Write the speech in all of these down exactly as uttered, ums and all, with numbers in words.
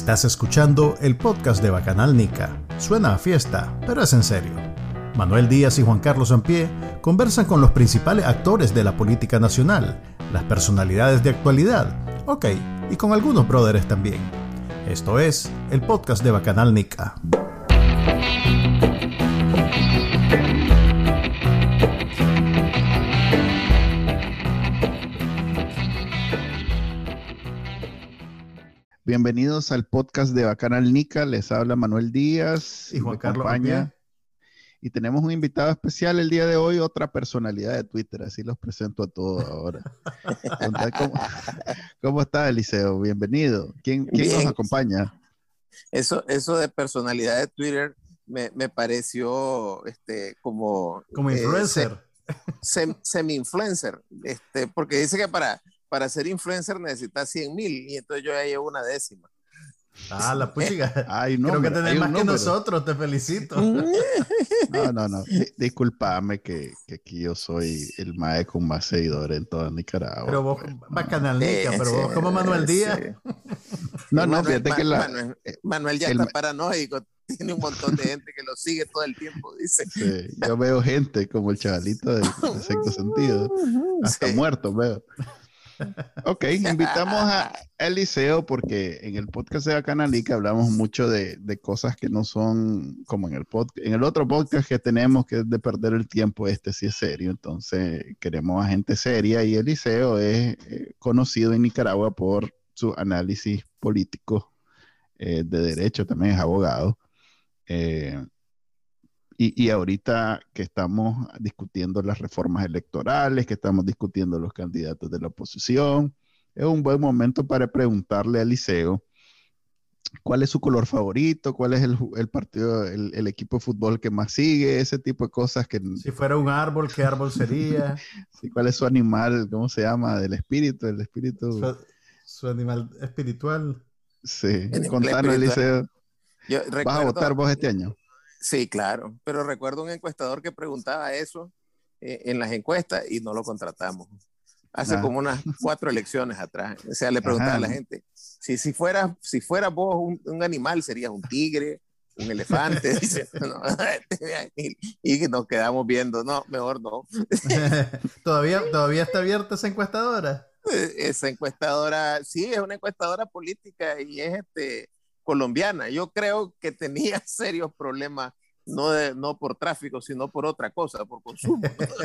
Estás escuchando el podcast de Bacanal Nica. Suena a fiesta, pero es en serio. Manuel Díaz y Juan Carlos Sampié conversan con los principales actores de la política nacional, las personalidades de actualidad, ok, y con algunos brothers también. Esto es el podcast de Bacanal Nica. Bienvenidos al podcast de Bacanal Nica. Les habla Manuel Díaz y Juan Carlos Sampié. Y tenemos un invitado especial el día de hoy, otra personalidad de Twitter, así los presento a todos ahora. ¿Cómo, ¿Cómo está, Eliseo? Bienvenido. ¿Quién, quién nos acompaña? Eso, eso de personalidad de Twitter me, me pareció este, como... Como influencer. Eh, se, semi-influencer, este, porque dice que para, para ser influencer necesitas cien mil y entonces yo ya llevo una décima. Ah, la puchiga. Ay, no, creo que tenés más que nosotros, te felicito. No, no, no. D- disculpame que, que aquí yo soy el mae con más seguidores en toda Nicaragua. Pero vos, pues. Bacanal Nica, pero vos como Manuel Díaz. Sí. No, no, Manuel, fíjate Ma- que la... Manuel, Manuel ya el- está paranoico, tiene un montón de gente que lo sigue todo el tiempo, dice. Sí, yo veo gente como el chavalito del de sexto sentido, hasta Sí. muerto veo. Ok, invitamos a Eliseo porque en el podcast de Bacanal Nica hablamos mucho de, de cosas que no son como en el podcast, en el otro podcast que tenemos, que es de perder el tiempo. Este sí es serio, entonces queremos a gente seria y Eliseo es eh, conocido en Nicaragua por su análisis político, eh, de derecho, también es abogado. Eh, Y, y ahorita que estamos discutiendo las reformas electorales, que estamos discutiendo los candidatos de la oposición, es un buen momento para preguntarle a Eliseo cuál es su color favorito, cuál es el, el partido, el, el equipo de fútbol que más sigue, ese tipo de cosas que... Si fuera un árbol, ¿qué árbol sería? Sí, cuál es su animal, ¿cómo se llama? Del espíritu, el espíritu... Su, su animal espiritual. Sí, El contanos, espiritual. Eliseo. Yo ¿Vas recuerdo, a votar vos este año? Sí, claro, pero recuerdo un encuestador que preguntaba eso eh, en las encuestas y no lo contratamos. Hace Ah. como unas cuatro elecciones atrás. O sea, le preguntaba Ajá. a la gente, si, si fueras si fuera vos un, un animal, serías un tigre, un elefante, dice, no, y, y nos quedamos viendo, no, mejor no. ¿Todavía, ¿Todavía está abierta esa encuestadora? Esa encuestadora, sí, es una encuestadora política y es este, colombiana. Yo creo que tenía serios problemas, no, de, no por tráfico, sino por otra cosa, por consumo.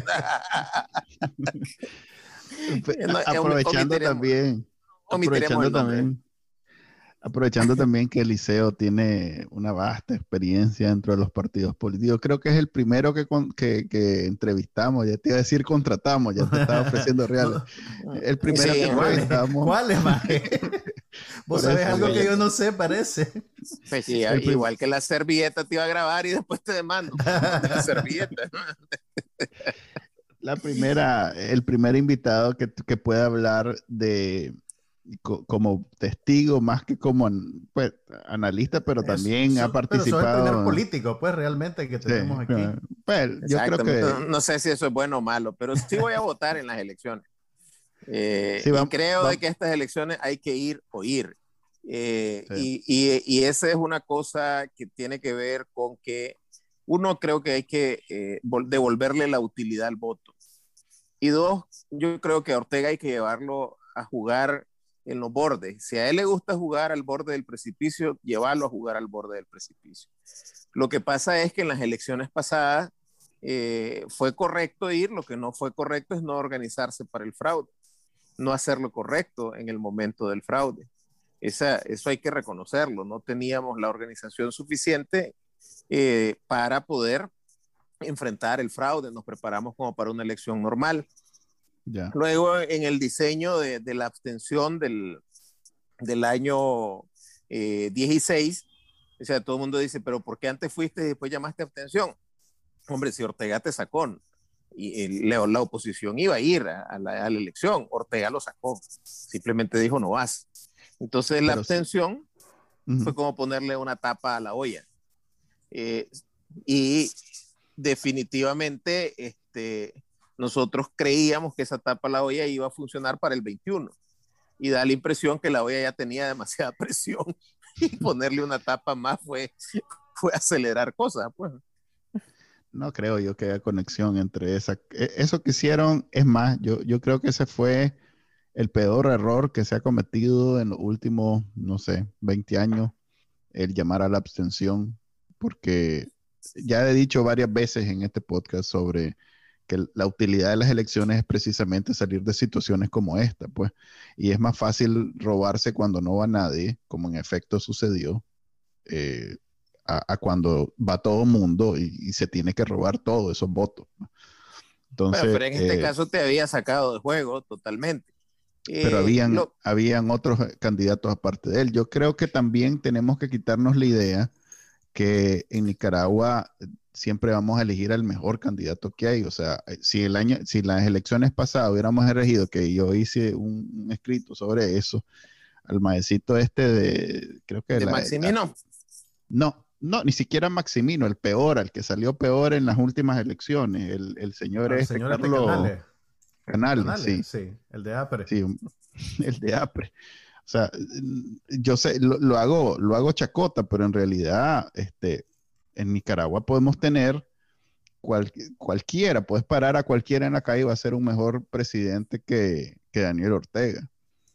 No, aprovechando omitiremos, también, omitiremos aprovechando el nombre. también, aprovechando también que Eliseo tiene una vasta experiencia dentro de los partidos políticos. Creo que es el primero que, con, que, que entrevistamos, ya te iba a decir contratamos, ya te estaba ofreciendo reales. El primero Sí, que entrevistamos. ¿Cuál es, maje? Vos Por sabés eso, algo güey. que yo no sé, parece. Pues sí, El prim- igual que la servilleta te iba a grabar y después te demando. La servilleta. La primera, el primer invitado que, que puede hablar de co- como testigo más que como an- pues, analista, pero también Eso- ha pero sos el participado. primer político, pues, realmente que Sí, tenemos aquí. pues, yo creo Exacto. que No, no sé si eso es bueno o malo, pero sí voy a votar en las elecciones. Eh, Sí, y vam- creo vam- de que estas elecciones hay que ir o ir. Eh, Sí. y, y, y esa es una cosa que tiene que ver con que uno, creo que hay que eh, vol- devolverle la utilidad al voto. Y dos, yo creo que a Ortega hay que llevarlo a jugar en los bordes. Si a él le gusta jugar al borde del precipicio, llevarlo a jugar al borde del precipicio. Lo que pasa es que en las elecciones pasadas eh, fue correcto ir, lo que no fue correcto es no organizarse para el fraude, no hacer lo correcto en el momento del fraude. Esa, eso hay que reconocerlo, no teníamos la organización suficiente eh, para poder enfrentar el fraude, nos preparamos como para una elección normal. ya. Luego, en el diseño de, de la abstención del, del año eh, dieciséis, o sea, todo el mundo dice, pero ¿por qué antes fuiste y después llamaste abstención? Hombre, si Ortega te sacó, y el, la, la oposición iba a ir a, a, la, a la elección, Ortega lo sacó, simplemente dijo no vas. Entonces la Pero abstención sí. fue como ponerle una tapa a la olla. Eh, y definitivamente este, nosotros creíamos que esa tapa a la olla iba a funcionar para el veintiuno y da la impresión que la olla ya tenía demasiada presión y ponerle una tapa más fue, fue acelerar cosas, pues. No creo yo que haya conexión entre esa. Eso que hicieron, es más, yo, yo creo que ese fue el peor error que se ha cometido en los últimos, no sé, veinte años, el llamar a la abstención, porque ya he dicho varias veces en este podcast sobre que la utilidad de las elecciones es precisamente salir de situaciones como esta, pues, y es más fácil robarse cuando no va nadie, como en efecto sucedió, eh, a, a cuando va todo mundo y, y se tiene que robar todos esos votos. Entonces, bueno, pero en este eh, caso te había sacado de juego totalmente. pero Eh, habían, lo, habían otros candidatos aparte de él. Yo creo que también tenemos que quitarnos la idea que en Nicaragua siempre vamos a elegir al mejor candidato que hay. O sea, si el año, si las elecciones pasadas hubiéramos elegido, que yo hice un, un escrito sobre eso, al maecito este de, creo que de la, Maximino. la, no, no, ni siquiera Maximino, el peor, el que salió peor en las últimas elecciones, el, el señor Al este, señor este Carlos Canales. Canales, Canales, sí, sí, el de APRE. sí, el de APRE. O sea, yo sé, lo, lo hago, lo hago chacota, pero en realidad, este, en Nicaragua podemos tener cual, cualquiera, puedes parar a cualquiera en la calle y va a ser un mejor presidente que, que Daniel Ortega.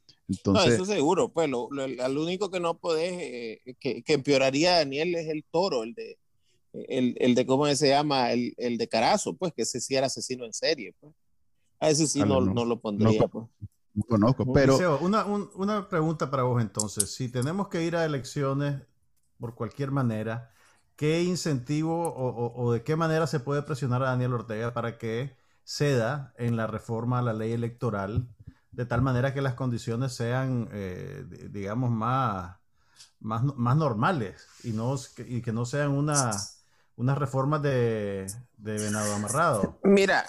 No, Entonces, eso seguro, pues lo, lo, lo único que no podés, eh, que, que empeoraría a Daniel es el Toro, el de, el, el de ¿cómo se llama? El, el de Carazo, pues, que ese sí era asesino en serie, pues. A ese sí no, no, no lo no, pondría, no, pues. no conozco, Uh-huh. pero... Liceo, una, un, una pregunta para vos entonces. Si tenemos que ir a elecciones por cualquier manera, ¿qué incentivo o, o, o de qué manera se puede presionar a Daniel Ortega para que ceda en la reforma a la ley electoral de tal manera que las condiciones sean, eh, digamos, más, más, más normales y, no, y que no sean una, unas reformas de, de venado amarrado? Mira,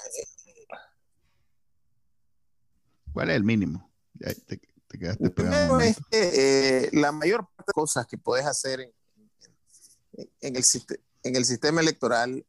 ¿Cuál es el mínimo? Ya te, te quedaste pegado un primero es momento. que eh, la mayor parte de cosas que puedes hacer en, en, en, el, en el sistema electoral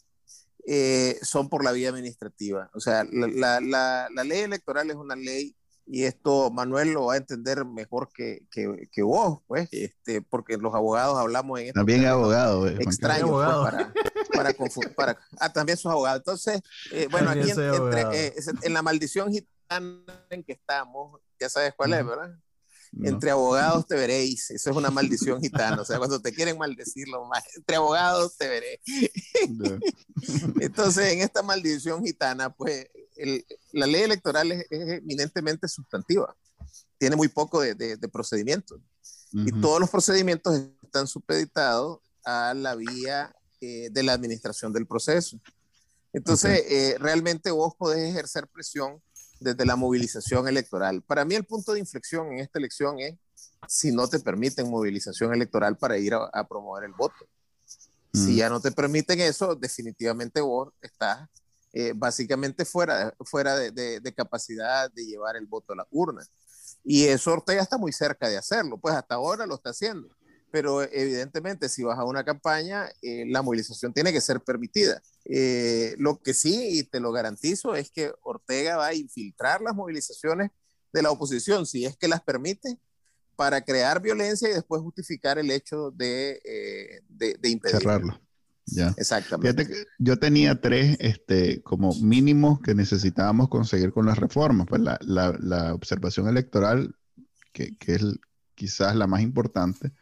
eh, son por la vía administrativa. O sea, la, la, la, la ley electoral es una ley, y esto Manuel lo va a entender mejor que, que, que vos, pues, este, porque los abogados hablamos en estos También términos abogado, eh, extraños, abogado. pues, para, para confundir. Para, ah, también sos abogado. Entonces, eh, bueno, También aquí en, soy entre, abogado. eh, en la maldición gitana en que estamos, ya sabes cuál no. es, ¿verdad? No. Entre abogados te veréis. Eso es una maldición gitana. O sea, cuando te quieren maldecir, lo más, entre abogados te veré. No. Entonces, en esta maldición gitana, pues el, la ley electoral es, es, eminentemente sustantiva. Tiene muy poco de, de, de procedimientos. Uh-huh. Y todos los procedimientos están supeditados a la vía eh, de la administración del proceso. Entonces, okay. eh, realmente vos podés ejercer presión desde la movilización electoral. Para mí el punto de inflexión en esta elección es si no te permiten movilización electoral para ir a, a promover el voto. Mm. Si ya no te permiten eso, definitivamente vos estás eh, básicamente fuera, fuera de, de, de capacidad de llevar el voto a la urna. Y eso Ortega está muy cerca de hacerlo, pues hasta ahora lo está haciendo. Pero evidentemente si vas a una campaña, eh, la movilización tiene que ser permitida. Eh, lo que sí, y te lo garantizo, es que Ortega va a infiltrar las movilizaciones de la oposición, si es que las permite, para crear violencia y después justificar el hecho de, eh, de, de impedirlo. Cerrarlo. Ya. Exactamente. Fíjate que yo tenía tres este, como mínimos que necesitábamos conseguir con las reformas. Pues la, la, la observación electoral, que, que es quizás la más importante.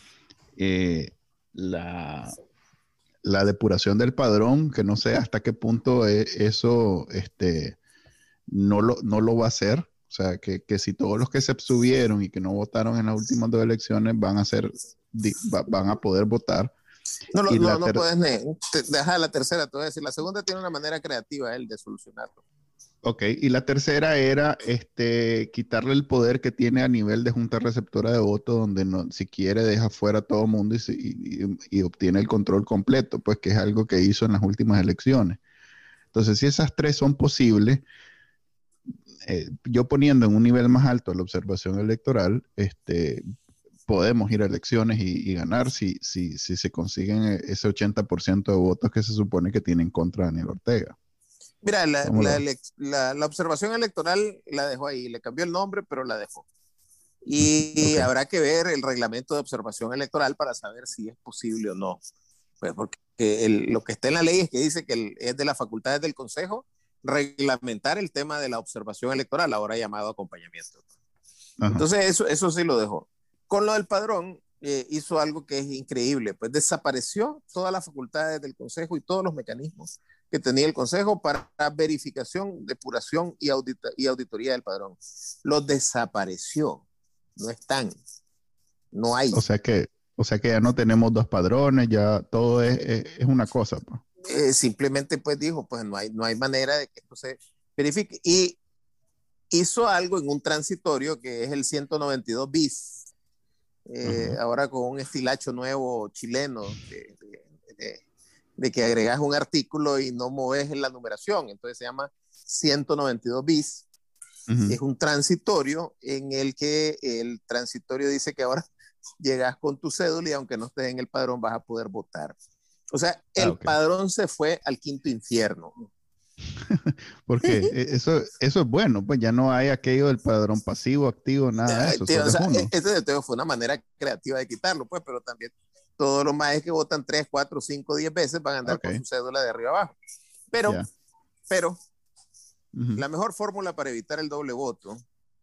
Eh, la, la depuración del padrón, que no sé hasta qué punto es, eso este, no, lo, no lo va a hacer. O sea, que, que si todos los que se abstuvieron y que no votaron en las últimas dos elecciones van a, ser, van a poder votar. No, no, no, no puedes dejar la tercera, te voy a decir. La segunda tiene una manera creativa él de solucionarlo. Ok, y la tercera era este, quitarle el poder que tiene a nivel de junta receptora de votos, donde no, si quiere deja fuera a todo el mundo y, y, y obtiene el control completo, pues que es algo que hizo en las últimas elecciones. Entonces, si esas tres son posibles, eh, yo poniendo en un nivel más alto la observación electoral, este, podemos ir a elecciones y, y ganar si, si, si se consiguen ese ochenta por ciento de votos que se supone que tienen contra Daniel Ortega. Mira, la, la, la, la observación electoral la dejó ahí, le cambió el nombre, pero la dejó. Y Okay. habrá que ver el reglamento de observación electoral para saber si es posible o no. Pues porque el, lo que está en la ley es que dice que el, es de las facultades del Consejo reglamentar el tema de la observación electoral, ahora llamado acompañamiento. Ajá. Entonces eso, eso sí lo dejó. Con lo del padrón eh, hizo algo que es increíble, pues desapareció todas las facultades del Consejo y todos los mecanismos que tenía el Consejo para verificación, depuración y, audita, y auditoría del padrón. Los desapareció. No están, no hay. O sea que, o sea que ya no tenemos dos padrones, ya todo es, es, es una cosa. Pues. Eh, simplemente pues dijo, pues no hay, no hay manera de que esto se verifique. Y hizo algo en un transitorio que es el ciento noventa y dos bis, eh, uh-huh. ahora con un estilacho nuevo chileno de, de, de, de que agregas un artículo y no moves en la numeración, entonces se llama ciento noventa y dos bis. Uh-huh. Es un transitorio en el que el transitorio dice que ahora llegas con tu cédula y aunque no estés en el padrón vas a poder votar. O sea, el ah, okay. padrón se fue al quinto infierno. Porque eso, eso es bueno, pues ya no hay aquello del padrón pasivo, activo, nada de eso. Tío, o sea, este fue una manera creativa de quitarlo, pues, pero también todos los más que votan tres, cuatro, cinco, diez veces van a andar okay. con su cédula de arriba abajo. Pero, yeah. pero, Uh-huh. la mejor fórmula para evitar el doble voto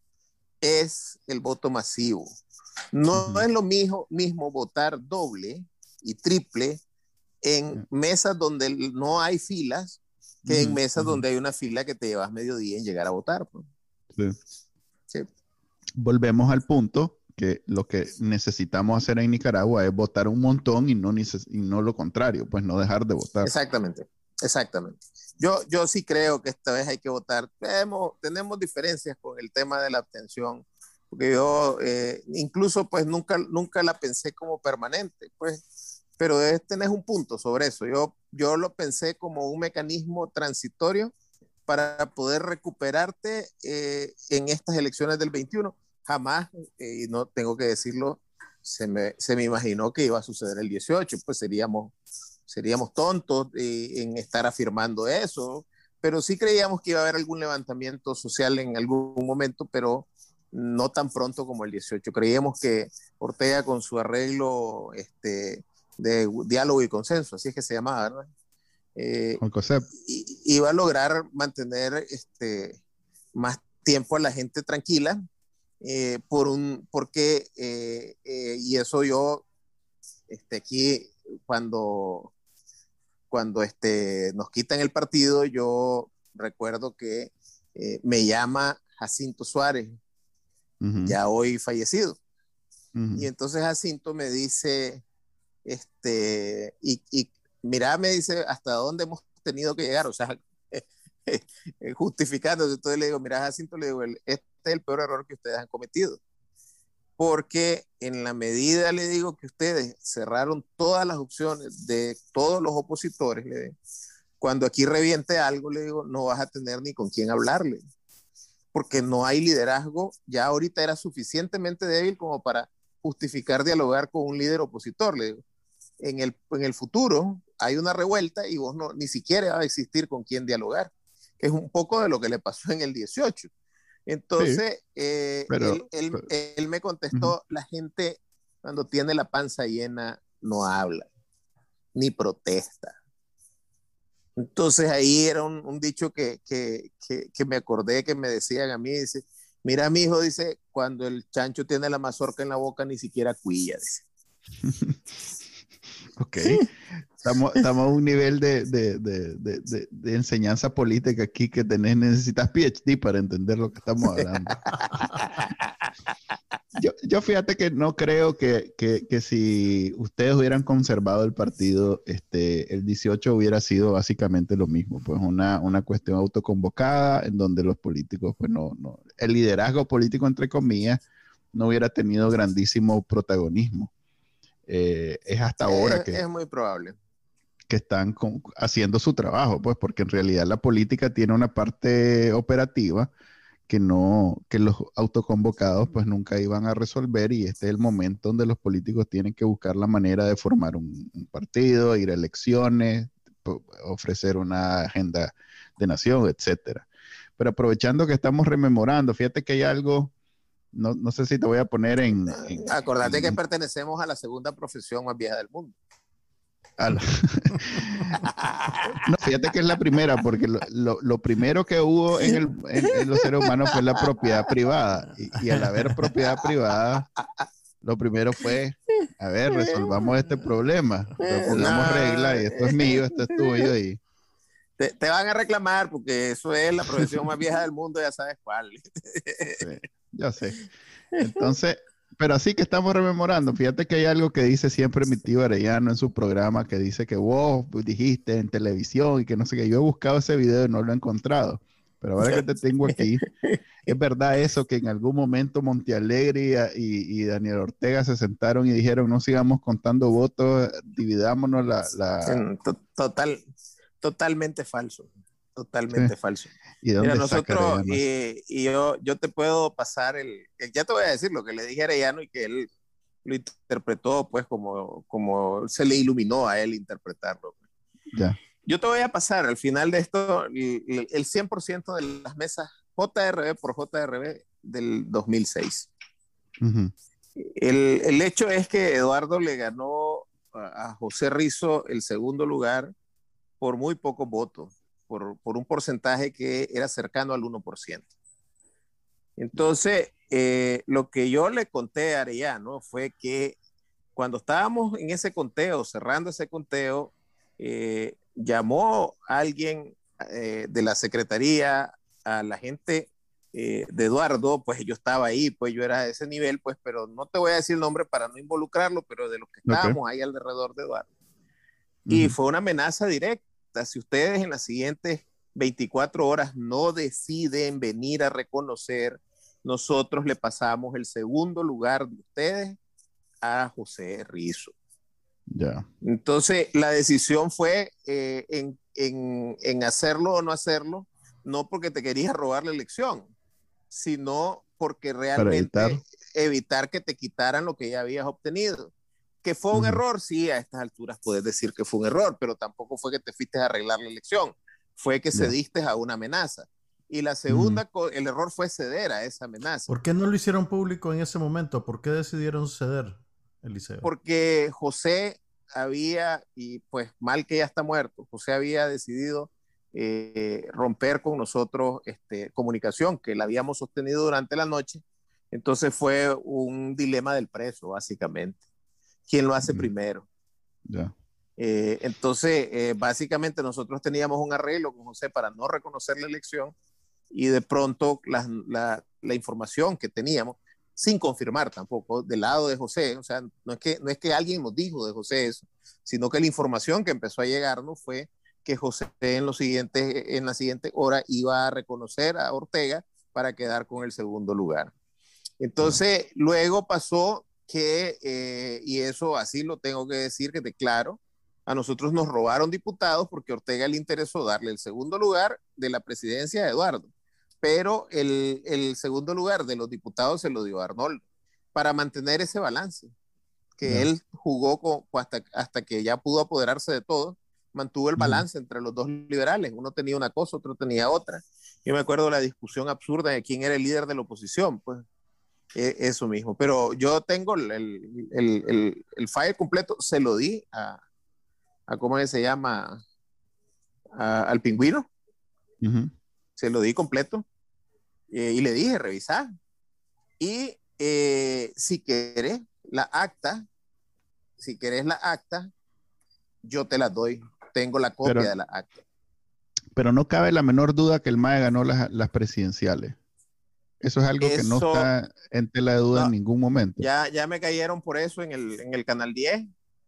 es el voto masivo. No uh-huh. es lo mismo, mismo votar doble y triple en uh-huh. mesas donde no hay filas que uh-huh. en mesas uh-huh. donde hay una fila que te llevas mediodía en llegar a votar. Pues. Sí. Sí. Volvemos al punto que lo que necesitamos hacer en Nicaragua es votar un montón y no, neces- y no lo contrario, pues no dejar de votar. Exactamente, exactamente. Yo, yo sí creo que esta vez hay que votar. Tenemos, tenemos diferencias con el tema de la abstención, porque yo eh, incluso pues nunca, nunca la pensé como permanente, pues, pero tenés un punto sobre eso. Yo, yo lo pensé como un mecanismo transitorio para poder recuperarte eh, en estas elecciones del veintiuno. Jamás, eh, y no tengo que decirlo, se me, se me imaginó que iba a suceder el dieciocho, pues seríamos... seríamos tontos eh, en estar afirmando eso, pero sí creíamos que iba a haber algún levantamiento social en algún momento, pero no tan pronto como el dieciocho. Creíamos que Ortega con su arreglo este, de diálogo y consenso, así es que se llamaba, ¿verdad? Eh, iba a lograr mantener este, más tiempo a la gente tranquila, eh, por un, porque, eh, eh, y eso yo, este, aquí, cuando... cuando este, nos quitan el partido, yo recuerdo que eh, me llama Jacinto Suárez, uh-huh. ya hoy fallecido. Uh-huh. Y entonces Jacinto me dice, este, y, y mira, me dice, ¿hasta dónde hemos tenido que llegar? O sea, eh, eh, justificándose. Entonces le digo, mira, Jacinto, le digo, este es el peor error que ustedes han cometido. Porque en la medida, le digo, que ustedes cerraron todas las opciones de todos los opositores, le digo, cuando aquí reviente algo, le digo, no vas a tener ni con quién hablarle, porque no hay liderazgo. Ya ahorita era suficientemente débil como para justificar dialogar con un líder opositor, le digo. En el, en el futuro hay una revuelta y vos no, ni siquiera va a existir con quién dialogar, que es un poco de lo que le pasó en el dieciocho. Entonces, sí, eh, pero, él, él, pero, él me contestó, uh-huh. la gente cuando tiene la panza llena no habla, ni protesta. Entonces ahí era un, un dicho que, que, que, que me acordé que me decían a mí, dice, mira mi hijo, dice, cuando el chancho tiene la mazorca en la boca ni siquiera cuilla, dice. Ok, estamos, estamos a un nivel de, de, de, de, de, de enseñanza política aquí que tenés, necesitas P H D para entender lo que estamos hablando. yo, yo fíjate que no creo que, que, que si ustedes hubieran conservado el partido, este, el dieciocho hubiera sido básicamente lo mismo, pues una, una cuestión autoconvocada en donde los políticos, pues no, no, el liderazgo político, entre comillas, no hubiera tenido grandísimo protagonismo. Eh, es hasta ahora que es muy probable que están con, haciendo su trabajo, pues, porque en realidad la política tiene una parte operativa que no, que los autoconvocados pues nunca iban a resolver, y este es el momento donde los políticos tienen que buscar la manera de formar un, un partido, ir a elecciones, ofrecer una agenda de nación, etcétera. Pero aprovechando que estamos rememorando, fíjate que hay algo no, no sé si te voy a poner en... en Acordate en, que pertenecemos a la segunda profesión más vieja del mundo. A la... No, fíjate que es la primera, porque lo, lo, lo primero que hubo en, el, en, en los seres humanos fue la propiedad privada. Y, y al haber propiedad privada, lo primero fue, a ver, resolvamos este problema, pongamos No, reglas, y esto es mío, esto es tuyo. Y... Te, te van a reclamar porque eso es la profesión más vieja del mundo, ya sabes cuál. Sí, ya sé. Entonces... Pero así que estamos rememorando, fíjate que hay algo que dice siempre mi tío Arellano en su programa, que dice que vos dijiste en televisión y que no sé qué. Yo he buscado ese video y no lo he encontrado, pero ahora que te tengo aquí, ¿es verdad eso que en algún momento Montealegre y, y Daniel Ortega se sentaron y dijeron no sigamos contando votos, dividámonos la... la... Total, totalmente falso, totalmente sí. falso. ¿Y dónde Mira, está nosotros, y, y yo, yo te puedo pasar el, el, ya te voy a decir lo que le dije a Arellano y que él lo interpretó pues como, como se le iluminó a él interpretarlo. Ya. Yo te voy a pasar al final de esto el, el cien por ciento de las mesas J R B por J R B del dos mil seis. Uh-huh. el, el hecho es que Eduardo le ganó a, a José Rizo el segundo lugar por muy pocos votos. Por, por un porcentaje que era cercano al uno por ciento. Entonces, eh, lo que yo le conté a Arellano fue que cuando estábamos en ese conteo, cerrando ese conteo, eh, llamó a alguien eh, de la secretaría, a la gente eh, de Eduardo, pues yo estaba ahí, pues yo era de ese nivel, pues, pero no te voy a decir el nombre para no involucrarlo, pero de los que estábamos okay. ahí alrededor de Eduardo. Uh-huh. Y fue una amenaza directa. Si ustedes en las siguientes veinticuatro horas no deciden venir a reconocer, nosotros le pasamos el segundo lugar de ustedes a José Rizo. Yeah. Entonces, la decisión fue eh, en, en, en hacerlo o no hacerlo, no porque te querías robar la elección, sino porque realmente evitar. evitar que te quitaran lo que ya habías obtenido. ¿Que fue un uh-huh. error? Sí, a estas alturas puedes decir que fue un error, pero tampoco fue que te fuiste a arreglar la elección, fue que yeah. cediste a una amenaza. Y la segunda, uh-huh. el error fue ceder a esa amenaza. ¿Por qué no lo hicieron público en ese momento? ¿Por qué decidieron ceder, Eliseo? Porque José había, y pues mal que ya está muerto, José había decidido eh, romper con nosotros este, comunicación que la habíamos sostenido durante la noche. Entonces fue un dilema del preso, básicamente. ¿Quién lo hace mm. primero? Yeah. Eh, entonces, eh, básicamente nosotros teníamos un arreglo con José para no reconocer la elección y de pronto la, la, la información que teníamos, sin confirmar tampoco, del lado de José, o sea, no es, que, no es que alguien nos dijo de José eso, sino que la información que empezó a llegarnos fue que José en, los siguientes, en la siguiente hora iba a reconocer a Ortega para quedar con el segundo lugar. Entonces, yeah. luego pasó que, eh, y eso así lo tengo que decir, que te claro, a nosotros nos robaron diputados porque a Ortega le interesó darle el segundo lugar de la presidencia a Eduardo, pero el, el segundo lugar de los diputados se lo dio a Arnoldo para mantener ese balance que yeah. él jugó con, hasta, hasta que ya pudo apoderarse de todo, mantuvo el balance mm. entre los dos liberales, uno tenía una cosa, otro tenía otra. Yo me acuerdo de la discusión absurda de quién era el líder de la oposición, pues eso mismo, pero yo tengo el, el, el, el, el file completo, se lo di a, a ¿cómo se llama? A, al pingüino, uh-huh. se lo di completo eh, y le dije, revisá y eh, si querés la acta, si querés la acta, yo te la doy, tengo la copia pero, de la acta. Pero no cabe la menor duda que el M A E ganó las, las presidenciales. Eso es algo eso, que no está en tela de duda no, en ningún momento. Ya, ya me cayeron por eso en el, en el Canal diez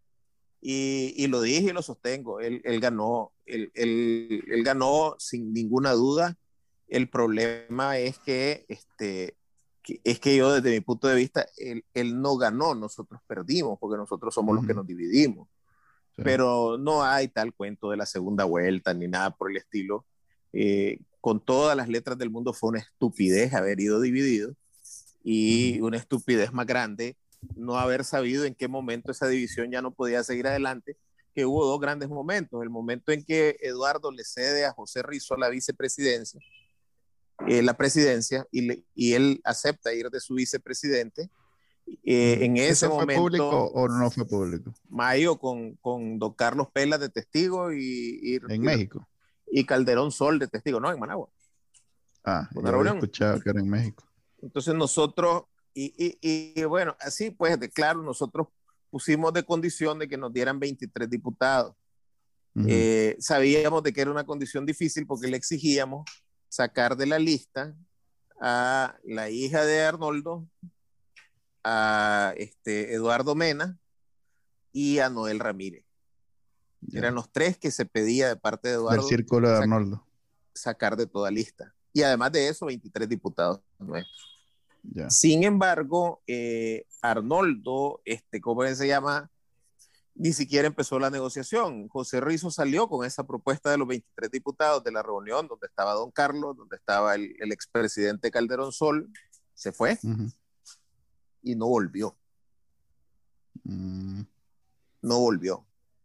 y, y lo dije y lo sostengo. Él, él ganó, él, él, él ganó sin ninguna duda. El problema es que, este, que, es que yo desde mi punto de vista, él, él no ganó, nosotros perdimos porque nosotros somos uh-huh. los que nos dividimos. Sí. Pero no hay tal cuento de la segunda vuelta ni nada por el estilo. Eh, con todas las letras del mundo fue una estupidez haber ido dividido y una estupidez más grande no haber sabido en qué momento esa división ya no podía seguir adelante, que hubo dos grandes momentos, el momento en que Eduardo le cede a José Rizo la vicepresidencia eh, la presidencia y, le, y él acepta ir de su vicepresidente. Eh, en ese ¿Eso fue momento, público o no fue público? Mayo con, con don Carlos Pelas de testigo y, y, en y, México. Y Calderón Sol de testigo, no, en Managua. Ah, una yo reunión. había escuchado que era en México. Entonces nosotros, y, y, y bueno, así pues, de claro, nosotros pusimos de condición de que nos dieran veintitrés diputados. Uh-huh. Eh, sabíamos de que era una condición difícil porque le exigíamos sacar de la lista a la hija de Arnoldo, a este, Eduardo Mena y a Noel Ramírez. Yeah. Eran los tres que se pedía de parte de Eduardo. Del círculo de Arnoldo. Sacar de toda lista. Y además de eso, veintitrés diputados nuestros. Yeah. Sin embargo, eh, Arnoldo, este, ¿cómo se llama? Ni siquiera empezó la negociación. José Rizo salió con esa propuesta de los veintitrés diputados de la reunión donde estaba don Carlos, donde estaba el, el expresidente Calderón Sol, se fue uh-huh. y no volvió. Mm. No volvió.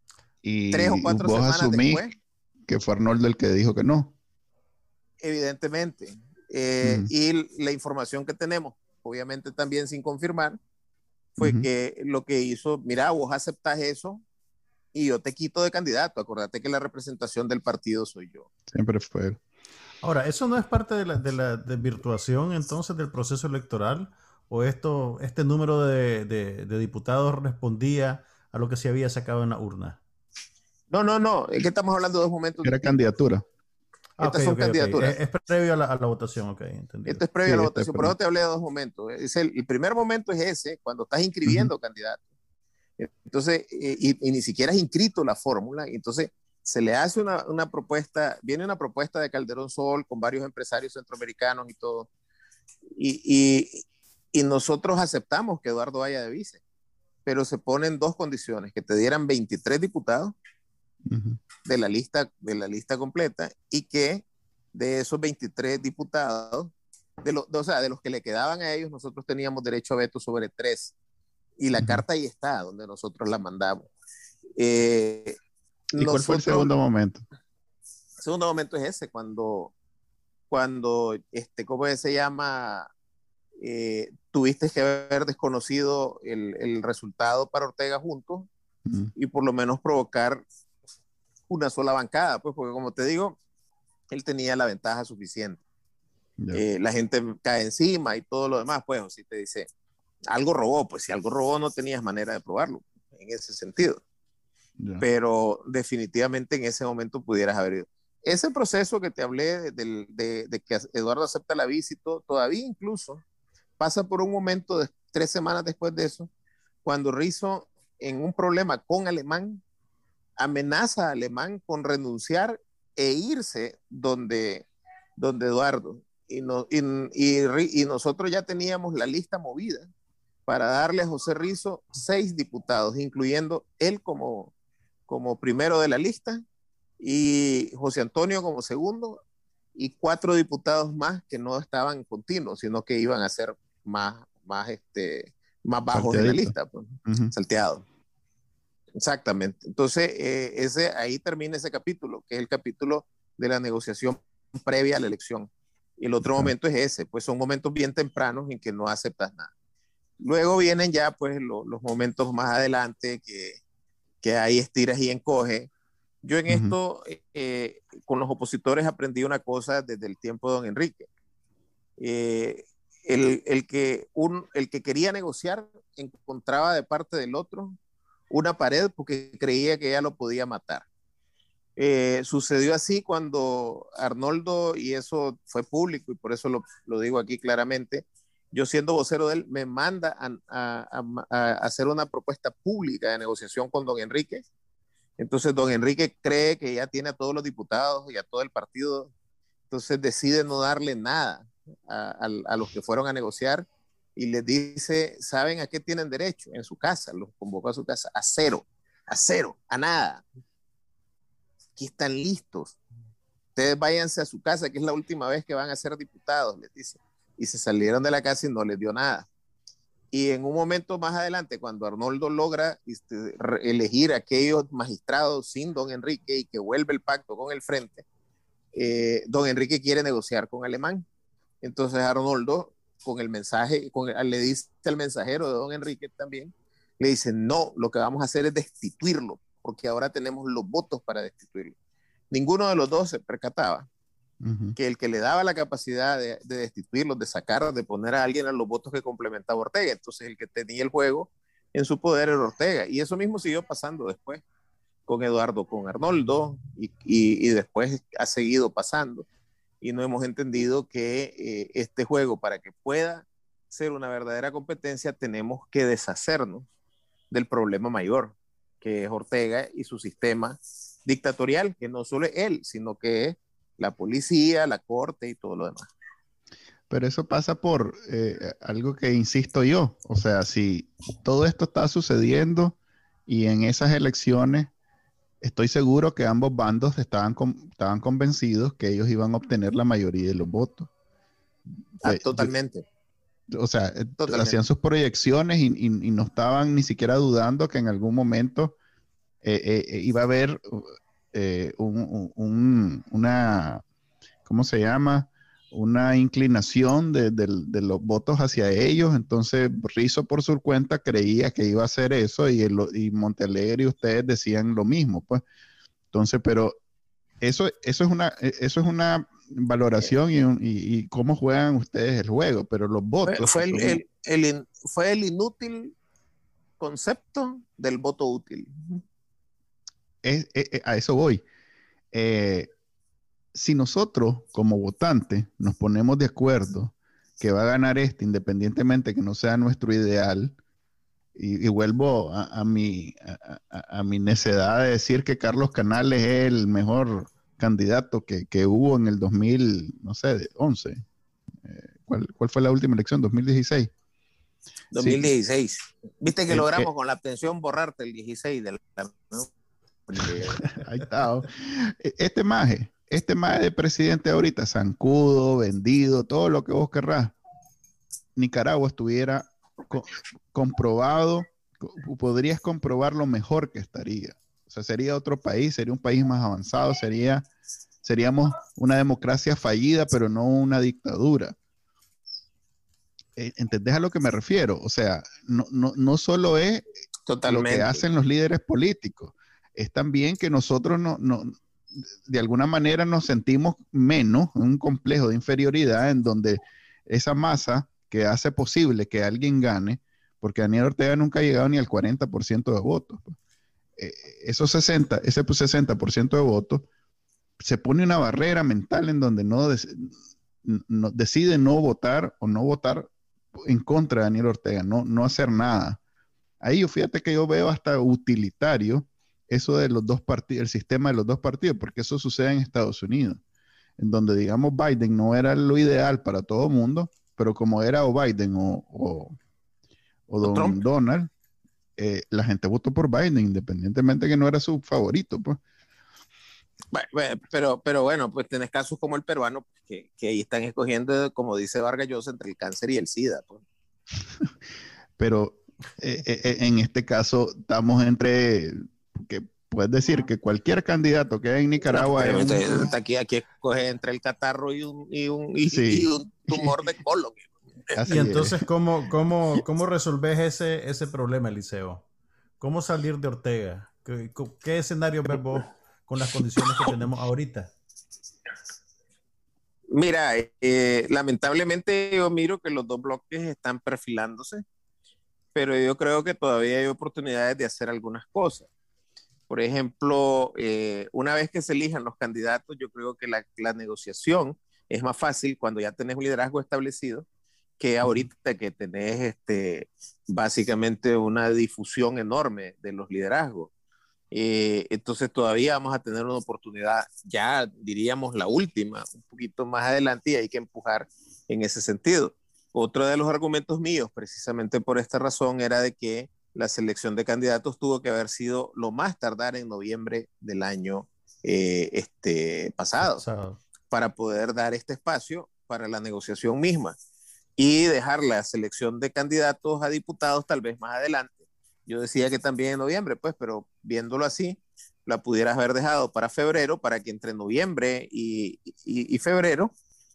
Y tres o cuatro vos semanas asumís después, que fue Arnoldo el que dijo que no. Evidentemente. Eh, uh-huh. Y la información que tenemos, obviamente también sin confirmar, fue uh-huh. que lo que hizo, mira, vos aceptás eso y yo te quito de candidato. Acordate que la representación del partido soy yo. Siempre fue. Ahora, ¿eso no es parte de la, de la desvirtuación entonces del proceso electoral? ¿O esto, este número de, de, de diputados respondía a lo que se había sacado en la urna? No, no, no. Es que estamos hablando de dos momentos. Era candidatura. Ah, Estas okay, son okay, candidaturas. Okay. Es, es previo a la, a la votación, ok, entendido. Esto es previo sí, a la votación, por eso te hablé de dos momentos. Es el, el primer momento es ese, cuando estás inscribiendo uh-huh. candidatos. Entonces, y, y ni siquiera has inscrito la fórmula, entonces se le hace una, una propuesta, viene una propuesta de Calderón Sol con varios empresarios centroamericanos y todo, y, y, y nosotros aceptamos que Eduardo vaya de vice, pero se ponen dos condiciones, que te dieran veintitrés diputados uh-huh. de la lista, de la lista completa, y que de esos veintitrés diputados, de, lo, de, o sea, de los que le quedaban a ellos, nosotros teníamos derecho a veto sobre tres. Y la uh-huh. carta ahí está, donde nosotros la mandamos. Eh, ¿Y nosotros, cuál fue el segundo momento? El segundo momento es ese, cuando, cuando este, ¿cómo se llama? Eh, tuviste que haber desconocido el, el resultado para Ortega juntos uh-huh. y por lo menos provocar una sola bancada, pues, porque como te digo, él tenía la ventaja suficiente. Yeah. Eh, la gente cae encima y todo lo demás, pues, o si te dice... algo robó, pues si algo robó no tenías manera de probarlo en ese sentido. Yeah. Pero definitivamente en ese momento pudieras haber ido. Ese proceso que te hablé de, de, de, de que Eduardo acepta la visita, todavía incluso pasa por un momento de tres semanas después de eso, cuando Rizo en un problema con Alemán amenaza a Alemán con renunciar e irse donde, donde Eduardo. Y, no, y, y, y nosotros ya teníamos la lista movida para darle a José Rizo seis diputados, incluyendo él como, como primero de la lista y José Antonio como segundo y cuatro diputados más que no estaban continuos, sino que iban a ser más, más, este, más bajos en la lista, pues, uh-huh. salteados. Exactamente. Entonces, eh, ese, ahí termina ese capítulo, que es el capítulo de la negociación previa a la elección. Y el otro uh-huh. momento es ese, pues son momentos bien tempranos en que no aceptas nada. Luego vienen ya pues lo, los momentos más adelante que, que hay estiras y encoge. Yo en uh-huh. esto eh, con los opositores aprendí una cosa desde el tiempo de don Enrique. Eh, el, el, que un, el que quería negociar encontraba de parte del otro una pared porque creía que ella lo podía matar. Eh, sucedió así cuando Arnoldo, y eso fue público y por eso lo, lo digo aquí claramente, yo siendo vocero de él, me manda a, a, a, a hacer una propuesta pública de negociación con don Enrique. Entonces don Enrique cree que ya tiene a todos los diputados y a todo el partido, entonces decide no darle nada a, a, a los que fueron a negociar y les dice, ¿saben a qué tienen derecho? En su casa, los convocó a su casa, a cero, a cero, a nada. Aquí están listos. Ustedes váyanse a su casa, que es la última vez que van a ser diputados, les dice. Y se salieron de la casa y no les dio nada. Y en un momento más adelante, cuando Arnoldo logra este, elegir a aquellos magistrados sin don Enrique y que vuelve el pacto con el Frente, eh, don Enrique quiere negociar con Alemán. Entonces Arnoldo, con el mensaje, con el, le dice al mensajero de don Enrique también, le dice, no, lo que vamos a hacer es destituirlo, porque ahora tenemos los votos para destituirlo. Ninguno de los dos se percataba uh-huh. que el que le daba la capacidad de, de destituirlos, de sacar, de poner a alguien a los votos que complementaba a Ortega. Entonces el que tenía el juego en su poder era Ortega. Y eso mismo siguió pasando después con Eduardo, con Arnoldo, y, y, y después ha seguido pasando. Y no hemos entendido que eh, este juego, para que pueda ser una verdadera competencia, tenemos que deshacernos del problema mayor, que es Ortega y su sistema dictatorial, que no solo es él, sino que es la policía, la corte y todo lo demás. Pero eso pasa por eh, algo que insisto yo, o sea, si todo esto está sucediendo y en esas elecciones estoy seguro que ambos bandos estaban, con, estaban convencidos que ellos iban a obtener la mayoría de los votos. Ah, totalmente. O sea, totalmente. Hacían sus proyecciones y, y, y no estaban ni siquiera dudando que en algún momento eh, eh, iba a haber eh, un, un, una, ¿cómo se llama? Una inclinación de, de, de los votos hacia ellos. Entonces Rizzo por su cuenta creía que iba a hacer eso y, el, y Montealegre y ustedes decían lo mismo, pues. Entonces, pero eso, eso, es, una, eso es una valoración y, y, y cómo juegan ustedes el juego, pero los votos... Fue, fue, el, el, el in, fue el inútil concepto del voto útil. Es, es, a eso voy. Eh, si nosotros como votantes nos ponemos de acuerdo que va a ganar este, independientemente que no sea nuestro ideal, y, y vuelvo a, a, mi, a, a, a mi necedad de decir que Carlos Canales es el mejor candidato que, que hubo en el dos mil, no sé, once. Eh, ¿cuál, ¿Cuál fue la última elección? ¿dos mil dieciséis? dos mil dieciséis. Sí. Viste que eh, logramos eh, con la abstención borrarte el dieciséis de la, ¿no? Ahí está. Este maje, este maje de presidente ahorita, zancudo, vendido, todo lo que vos querrás, Nicaragua estuviera co comprobado, co podrías comprobar lo mejor que estaría. O sea, sería otro país, sería un país más avanzado, sería, seríamos una democracia fallida, pero no una dictadura. ¿Entendés a lo que me refiero? O sea, no, no, no solo es Totalmente. Lo que hacen los líderes políticos, es también que nosotros no, no, de alguna manera nos sentimos menos, en un complejo de inferioridad en donde esa masa que hace posible que alguien gane, porque Daniel Ortega nunca ha llegado ni al cuarenta por ciento de votos. Eh, esos sesenta, ese sesenta por ciento de votos, se pone una barrera mental en donde no, des, no decide no votar o no votar en contra de Daniel Ortega, no, no hacer nada. Ahí fíjate que yo veo hasta utilitario eso de los dos partidos, el sistema de los dos partidos, porque eso sucede en Estados Unidos, en donde, digamos, Biden no era lo ideal para todo el mundo, pero como era o Biden o, o, o don Trump. Donald, eh, la gente votó por Biden, independientemente que no era su favorito, pues. Bueno, pero, pero bueno, pues tenés casos como el peruano, que, que ahí están escogiendo, como dice Vargas Llosa, entre el cáncer y el SIDA. Pues. Pero eh, eh, en este caso estamos entre, que puedes decir que cualquier candidato que hay en Nicaragua no, es un... aquí, aquí escoge entre el catarro y un, y un, y, sí. y un tumor de colon. Así y entonces, es. ¿cómo, cómo, cómo resolves ese, ese problema, Eliseo? ¿Cómo salir de Ortega? ¿Qué, qué escenario ves vos con las condiciones que tenemos ahorita? Mira, eh, lamentablemente yo miro que los dos bloques están perfilándose, pero yo creo que todavía hay oportunidades de hacer algunas cosas. Por ejemplo, eh, una vez que se elijan los candidatos, yo creo que la, la negociación es más fácil cuando ya tenés un liderazgo establecido que ahorita que tenés este, básicamente una difusión enorme de los liderazgos. Eh, entonces todavía vamos a tener una oportunidad, ya diríamos la última, un poquito más adelante, y hay que empujar en ese sentido. Otro de los argumentos míos, precisamente por esta razón, era de que la selección de candidatos tuvo que haber sido lo más tardar en noviembre del año eh, este, pasado, pasado, para poder dar este espacio para la negociación misma y dejar la selección de candidatos a diputados tal vez más adelante. Yo decía que también en noviembre, pues, pero viéndolo así, la pudieras haber dejado para febrero, para que entre noviembre y, y, y febrero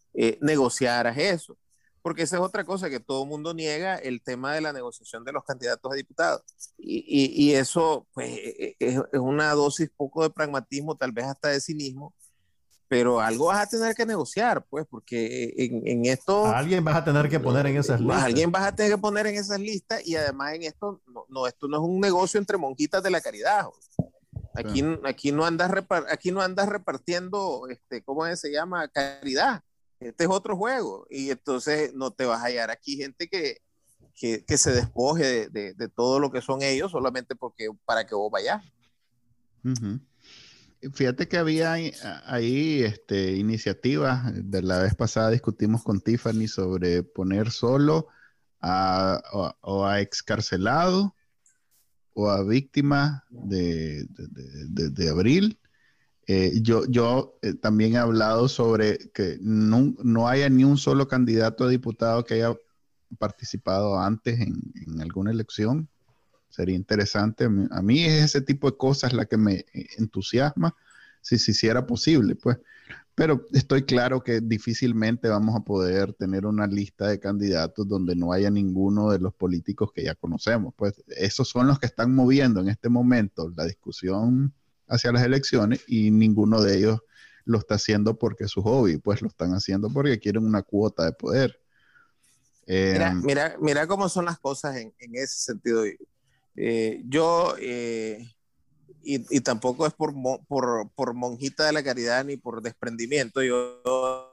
eh, negociaras eso. Porque esa es otra cosa que todo el mundo niega, el tema de la negociación de los candidatos a diputados. Y, y, y eso pues, es, es una dosis poco de pragmatismo, tal vez hasta de cinismo, pero algo vas a tener que negociar, pues, porque en, en esto... A alguien vas a tener que poner en esas listas. Alguien vas a tener que poner en esas listas y además en esto, no, no esto no es un negocio entre monjitas de la caridad. Aquí, sí. aquí, no, andas repar, aquí no andas repartiendo, este, ¿cómo se llama? Caridad. Este es otro juego y entonces no te vas a hallar aquí gente que, que, que se despoje de, de, de todo lo que son ellos solamente porque, para que vos vayas. Uh-huh. Fíjate que había ahí, ahí este, iniciativas. De la vez pasada discutimos con Tiffany sobre poner solo a, o, o a excarcelados o a víctimas de, de, de, de, de Abril. Eh, yo yo eh, también he hablado sobre que no, no haya ni un solo candidato a diputado que haya participado antes en, en alguna elección. Sería interesante. A mí, a mí es ese tipo de cosas la que me entusiasma, si se hiciera posible, pues. Pero estoy claro que difícilmente vamos a poder tener una lista de candidatos donde no haya ninguno de los políticos que ya conocemos. Pues esos son los que están moviendo en este momento la discusión hacia las elecciones y ninguno de ellos lo está haciendo porque es su hobby, pues lo están haciendo porque quieren una cuota de poder. Eh, mira, mira, mira cómo son las cosas en, en ese sentido. Eh, yo, eh, y, y tampoco es por, por, por monjita de la caridad ni por desprendimiento, yo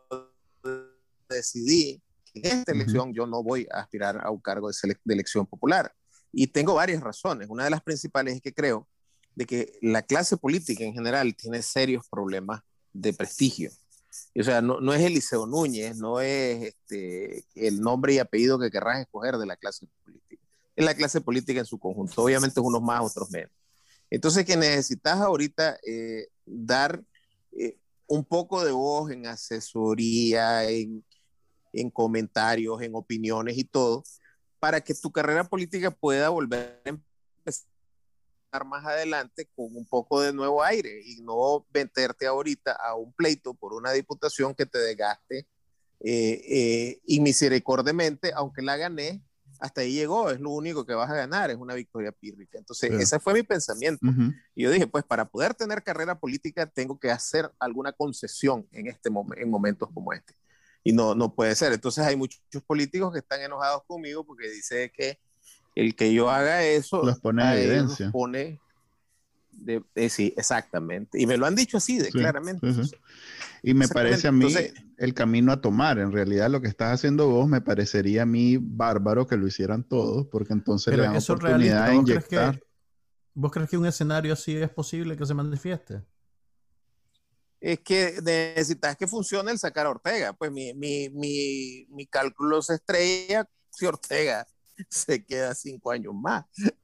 decidí que en esta elección uh-huh. yo no voy a aspirar a un cargo de, sele- de elección popular. Y tengo varias razones. Una de las principales es que creo de que la clase política en general tiene serios problemas de prestigio. O sea, no, no es Eliseo Núñez, no es este, el nombre y apellido que querrás escoger de la clase política. Es la clase política en su conjunto. Obviamente unos más, otros menos. Entonces, que necesitas ahorita eh, dar eh, un poco de voz en asesoría, en, en comentarios, en opiniones y todo, para que tu carrera política pueda volver a empezar más adelante con un poco de nuevo aire y no meterte ahorita a un pleito por una diputación que te desgaste eh, eh, y misericordiamente, aunque la gané, hasta ahí llegó, es lo único que vas a ganar, es una victoria pírrica. Entonces, sí. ese fue mi pensamiento. Uh-huh. Y yo dije, pues para poder tener carrera política tengo que hacer alguna concesión en, este mom- en momentos como este. Y no, no puede ser. Entonces hay muchos políticos que están enojados conmigo porque dice que el que yo haga eso los pone en evidencia. Los pone de, de, sí, exactamente. Y me lo han dicho así, de, sí, claramente. Sí, sí. Y me parece a mí Entonces, el camino a tomar. En realidad lo que estás haciendo vos me parecería a mí bárbaro que lo hicieran todos, porque entonces le dan oportunidad de inyectar. ¿Vos crees, que, ¿Vos crees que un escenario así es posible que se manifieste? Es que necesitas que funcione el sacar a Ortega. Pues mi, mi, mi, mi cálculo se estrella si Ortega se queda cinco años más.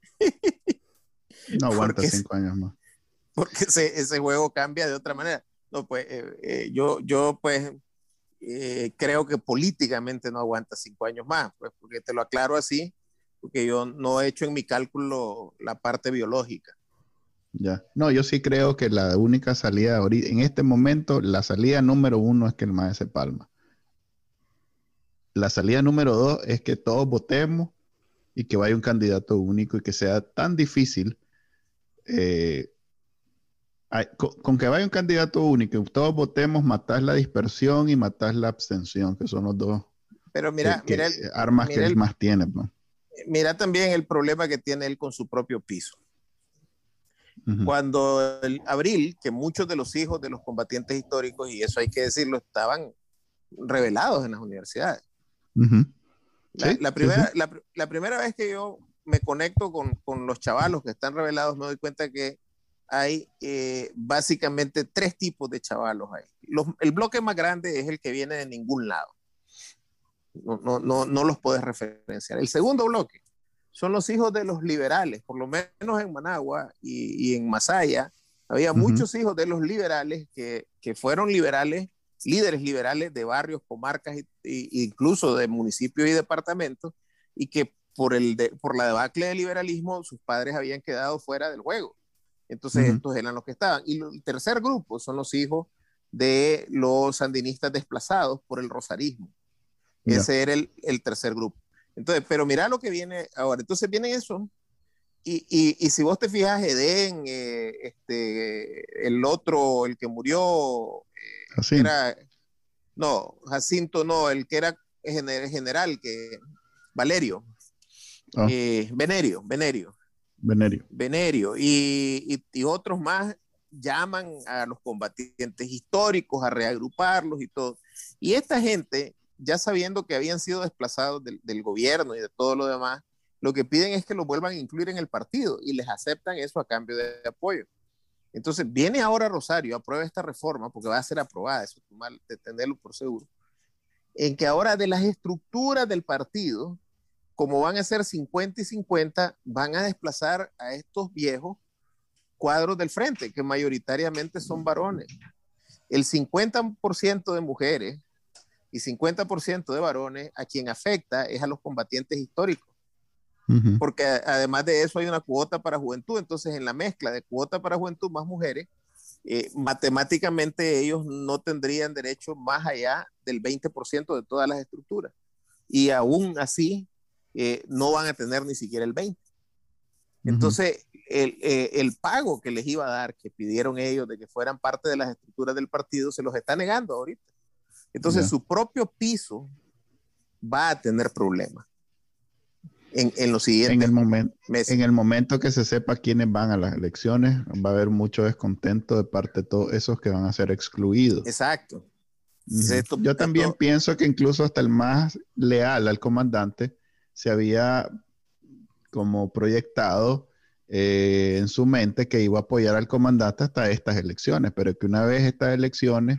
No aguanta porque, cinco años más. Porque ese, ese juego cambia de otra manera. No, pues eh, eh, yo, yo pues eh, creo que políticamente no aguanta cinco años más, pues porque te lo aclaro así, porque yo no he hecho en mi cálculo la parte biológica. Ya. No, yo sí creo que la única salida ahorita, en este momento, la salida número uno es que el M A E se palma. La salida número dos es que todos votemos y que vaya un candidato único y que sea tan difícil eh, hay, con, con que vaya un candidato único y todos votemos, matás la dispersión y matás la abstención, que son los dos Pero mira, que, mira que, armas mira que él el, más tiene, ¿no? Mira también el problema que tiene él con su propio piso. Uh-huh. Cuando el Abril, que muchos de los hijos de los combatientes históricos, y eso hay que decirlo, estaban revelados en las universidades. Uh-huh. La, ¿Sí? la, primera, sí, sí. La, la primera vez que yo me conecto con, con los chavalos que están revelados, me doy cuenta que hay eh, básicamente tres tipos de chavalos ahí. Los, el bloque más grande es el que viene de ningún lado. No, no, no, no los puedes referenciar. El segundo bloque son los hijos de los liberales, por lo menos en Managua y, y en Masaya, había uh-huh. muchos hijos de los liberales que, que fueron liberales, líderes liberales de barrios, comarcas, e incluso de municipios y departamentos, y que por, el de, por la debacle del liberalismo sus padres habían quedado fuera del juego. Entonces uh-huh. estos eran los que estaban. Y el tercer grupo son los hijos de los sandinistas desplazados por el rosarismo. Yeah. Ese era el, el tercer grupo. Entonces, pero mira lo que viene ahora. Entonces viene eso. Y, y, y si vos te fijas, Edén, eh, este, el otro, el que murió, eh, era, no, Jacinto no, el que era general, que Valerio, oh. eh, Venerio, Venerio. Venerio. Venerio y, y, y otros más llaman a los combatientes históricos a reagruparlos y todo. Y esta gente, ya sabiendo que habían sido desplazados del, del gobierno y de todo lo demás, lo que piden es que los vuelvan a incluir en el partido y les aceptan eso a cambio de, de apoyo. Entonces viene ahora Rosario, aprueba esta reforma, porque va a ser aprobada, eso es mal de tenerlo por seguro, en que ahora de las estructuras del partido, como van a ser cincuenta y cincuenta, van a desplazar a estos viejos cuadros del frente, que mayoritariamente son varones. El cincuenta por ciento de mujeres y cincuenta por ciento de varones, a quien afecta es a los combatientes históricos. Uh-huh. Porque además de eso hay una cuota para juventud, entonces en la mezcla de cuota para juventud más mujeres, eh, matemáticamente ellos no tendrían derecho más allá del veinte por ciento de todas las estructuras. Y aún así, eh, no van a tener ni siquiera el veinte por ciento. Uh-huh. Entonces, el, eh, el pago que les iba a dar, que pidieron ellos de que fueran parte de las estructuras del partido, se los está negando ahorita. Entonces, yeah. su propio piso va a tener problemas. En, en los siguientes en el momento, meses. En el momento que se sepa quiénes van a las elecciones, va a haber mucho descontento de parte de todos esos que van a ser excluidos. Exacto. Uh-huh. Esto, Yo también esto... pienso que incluso hasta el más leal al comandante se había como proyectado eh, en su mente que iba a apoyar al comandante hasta estas elecciones, pero que una vez estas elecciones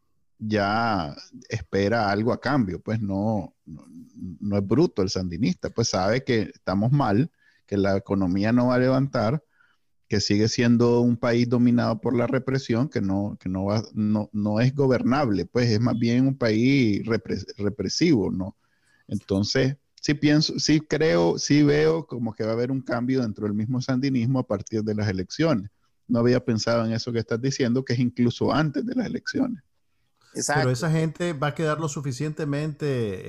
ya espera algo a cambio, pues no, no, no es bruto el sandinista, pues sabe que estamos mal, que la economía no va a levantar, que sigue siendo un país dominado por la represión, que no, que no, va, no, no es gobernable, pues es más bien un país repres, represivo, ¿no? Entonces, sí pienso, sí creo, sí veo como que va a haber un cambio dentro del mismo sandinismo a partir de las elecciones. No había pensado en eso que estás diciendo, que es incluso antes de las elecciones. Exacto. Pero esa gente va a quedar lo suficientemente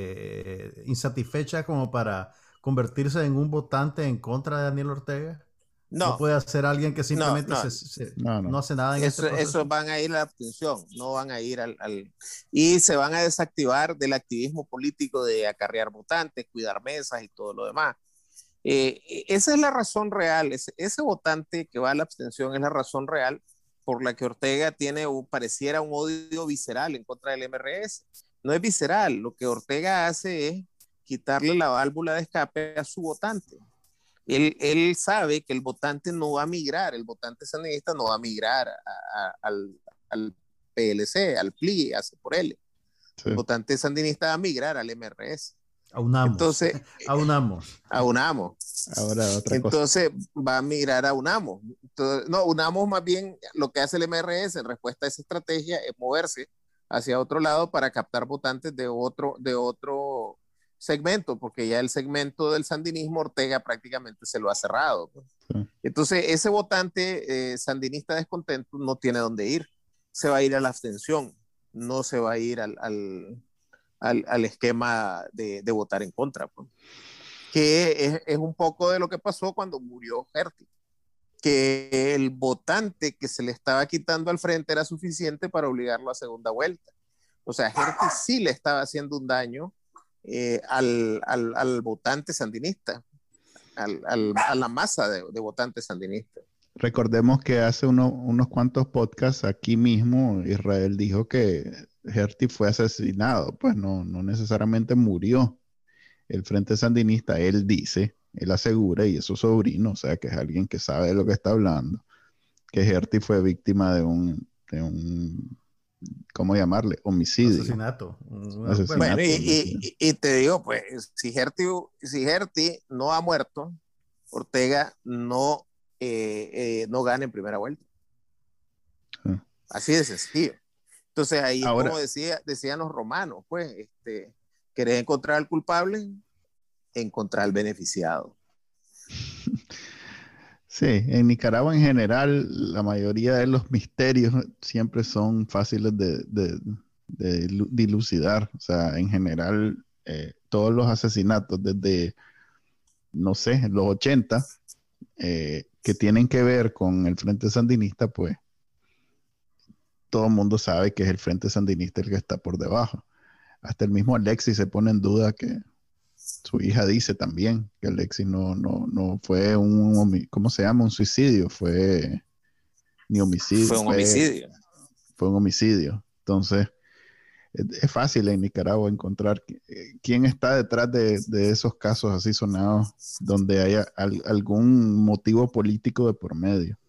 eh, insatisfecha como para convertirse en un votante en contra de Daniel Ortega. No, no puede ser alguien que simplemente no, no. Se, se, no, no. no hace nada en eso, este proceso. Eso van a ir a la abstención, no van a ir al, al... Y se van a desactivar del activismo político de acarrear votantes, cuidar mesas y todo lo demás. Eh, esa es la razón real, ese, ese votante que va a la abstención es la razón real por la que Ortega tiene, o pareciera un odio visceral en contra del M R S. No es visceral, lo que Ortega hace es quitarle la válvula de escape a su votante. Él, él sabe que el votante no va a migrar, el votante sandinista no va a migrar a, a, al, al P L C, al P L I, a C por L. Sí. El votante sandinista va a migrar al M R S. Aunamos. Entonces, aunamos. Aunamos. Ahora otra Entonces cosa. Va a migrar a Unamos. Entonces, no, Unamos más bien lo que hace el M R S en respuesta a esa estrategia es moverse hacia otro lado para captar votantes de otro, de otro segmento, porque ya el segmento del sandinismo Ortega prácticamente se lo ha cerrado. Sí. Entonces, ese votante eh, sandinista descontento no tiene dónde ir. Se va a ir a la abstención, no se va a ir al... al Al, al esquema de, de votar en contra, pues. Que es, es un poco de lo que pasó cuando murió Herty, que el votante que se le estaba quitando al frente era suficiente para obligarlo a segunda vuelta. O sea, Herty sí le estaba haciendo un daño eh, al, al, al votante sandinista, al, al, a la masa de, de votantes sandinistas. Recordemos que hace uno, unos cuantos podcasts aquí mismo Israel dijo que Herty fue asesinado, pues no, no necesariamente murió. El Frente Sandinista, él dice, él asegura, y es su sobrino, o sea que es alguien que sabe de lo que está hablando, que Herty fue víctima de un, de un ¿cómo llamarle? Homicidio. Asesinato. Asesinato. Bueno, y, y, y te digo, pues, si Herty, si Herty no ha muerto, Ortega no Eh, eh, no gane en primera vuelta. Ah. Así de sencillo. Entonces ahí, Ahora, como decía, decían los romanos, pues, este, ¿querés encontrar al culpable? Encontrar al beneficiado. Sí, en Nicaragua en general, la mayoría de los misterios siempre son fáciles de, de- de dilu- dilucidar. O sea, en general, eh, todos los asesinatos desde, no sé, los ochenta, eh, que tienen que ver con el Frente Sandinista, pues todo el mundo sabe que es el Frente Sandinista el que está por debajo. Hasta el mismo Alexis se pone en duda que su hija dice también que Alexis no, no, no fue un, homi- ¿cómo se llama? Un suicidio, fue ni homicidio, Fue un fue, homicidio. fue un homicidio. Entonces, es, es fácil en Nicaragua encontrar qui- eh, quién está detrás de, de esos casos así sonados donde haya al- algún motivo político de por medio.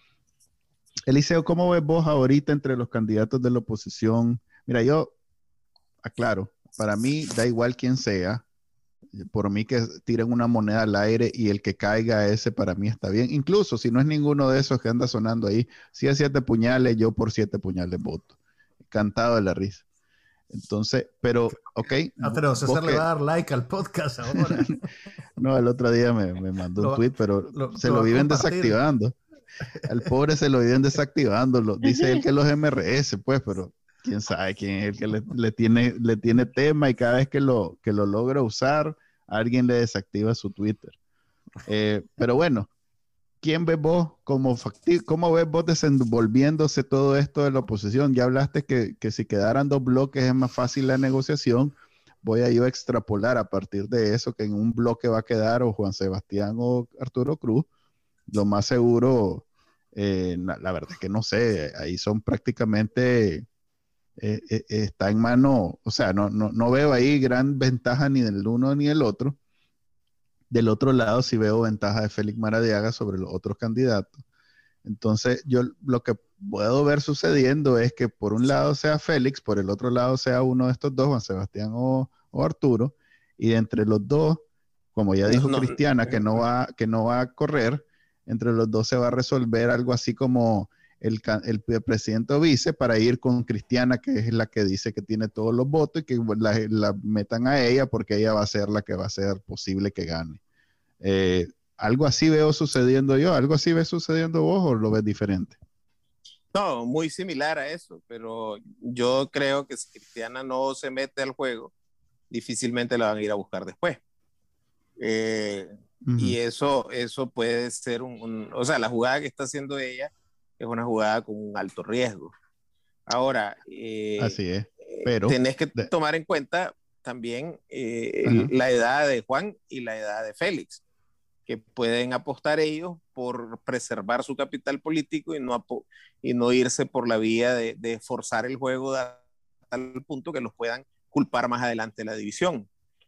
Eliseo, ¿cómo ves vos ahorita entre los candidatos de la oposición? Mira, yo aclaro, para mí da igual quién sea, por mí que tiren una moneda al aire y el que caiga ese para mí está bien. Incluso si no es ninguno de esos que anda sonando ahí, si es siete puñales, yo por siete puñales voto. Cantado de la risa. Entonces, pero, ok, Ah, pero vos César le que, va a dar like al podcast ahora. no, el otro día me, me mandó un Lo, tweet, va- pero lo, se lo lo va a viven compartir. desactivando. Al pobre se lo viven desactivando. Lo, dice él que los M R S, pues, pero quién sabe quién es el que le, le tiene, le tiene tema y cada vez que lo, que lo logra usar, alguien le desactiva su Twitter. Eh, pero bueno, ¿quién ves vos como factible? ¿Cómo ves vos desenvolviéndose todo esto de la oposición? Ya hablaste que, que si quedaran dos bloques es más fácil la negociación. Voy a yo a extrapolar a partir de eso que en un bloque va a quedar o Juan Sebastián o Arturo Cruz. Lo más seguro, eh, la, la verdad es que no sé, ahí son prácticamente, eh, eh, está en mano, o sea, no, no, no veo ahí gran ventaja ni del uno ni del otro. Del otro lado sí veo ventaja de Félix Maradiaga sobre los otros candidatos. Entonces, yo lo que puedo ver sucediendo es que por un lado sea Félix, por el otro lado sea uno de estos dos, Juan Sebastián o, o Arturo, y de entre los dos, como ya No, dijo no, Cristiana, que no va, que no va a correr, entre los dos se va a resolver algo así como el, el, el presidente o vice para ir con Cristiana, que es la que dice que tiene todos los votos y que la, la metan a ella porque ella va a ser la que va a ser posible que gane. Eh, algo así veo sucediendo yo, algo así ves sucediendo vos o lo ves diferente. no, muy similar a eso, pero yo creo que si Cristiana no se mete al juego, difícilmente la van a ir a buscar después. Eh, Uh y -huh. eso, eso puede ser un, un, o sea, la jugada que está haciendo ella es una jugada con un alto riesgo. Ahora, eh, así es, pero tenés que de... tomar en cuenta también eh, uh -huh. la edad de Juan y la edad de Félix, que pueden apostar ellos por preservar su capital político y no, y no irse por la vía de, de forzar el juego a tal punto que los puedan culpar más adelante de la división.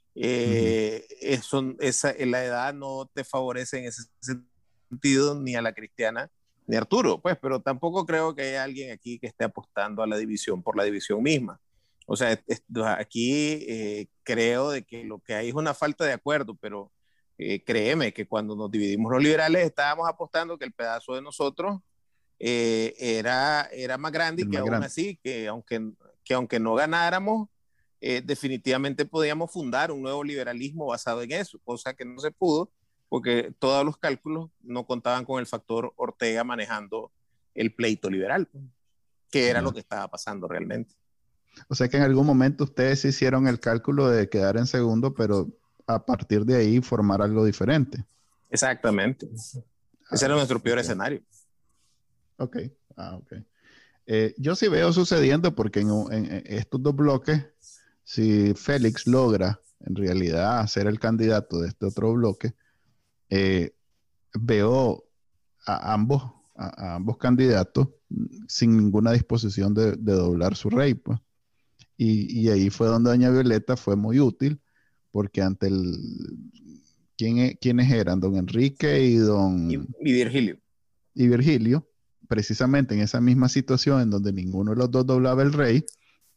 Eh, uh -huh. eso, esa, la edad no te favorece en ese sentido ni a la Cristiana ni a Arturo, pues, pero tampoco creo que haya alguien aquí que esté apostando a la división por la división misma. O sea, es, aquí eh, creo de que lo que hay es una falta de acuerdo, pero eh, créeme que cuando nos dividimos los liberales estábamos apostando que el pedazo de nosotros eh, era, era más grande el y que más aún grande. así, que aunque, que aunque no ganáramos, eh, definitivamente podíamos fundar un nuevo liberalismo basado en eso, cosa que no se pudo porque todos los cálculos no contaban con el factor Ortega manejando el pleito liberal, que era yeah. lo que estaba pasando realmente. O sea que en algún momento ustedes hicieron el cálculo de quedar en segundo, pero a partir de ahí formar algo diferente. Exactamente. Ah, Ese era nuestro peor okay. escenario. Ok, ah, ok. Eh, yo sí veo sucediendo porque en, en, en estos dos bloques, si Félix logra en realidad ser el candidato de este otro bloque, eh, veo a ambos, a, a ambos candidatos sin ninguna disposición de, de doblar su rey, pues. Y, y ahí fue donde doña Violeta fue muy útil, porque ante el... ¿quién, ¿Quiénes eran? Don Enrique y don... Y, y Virgilio. Y Virgilio, precisamente en esa misma situación en donde ninguno de los dos doblaba el rey,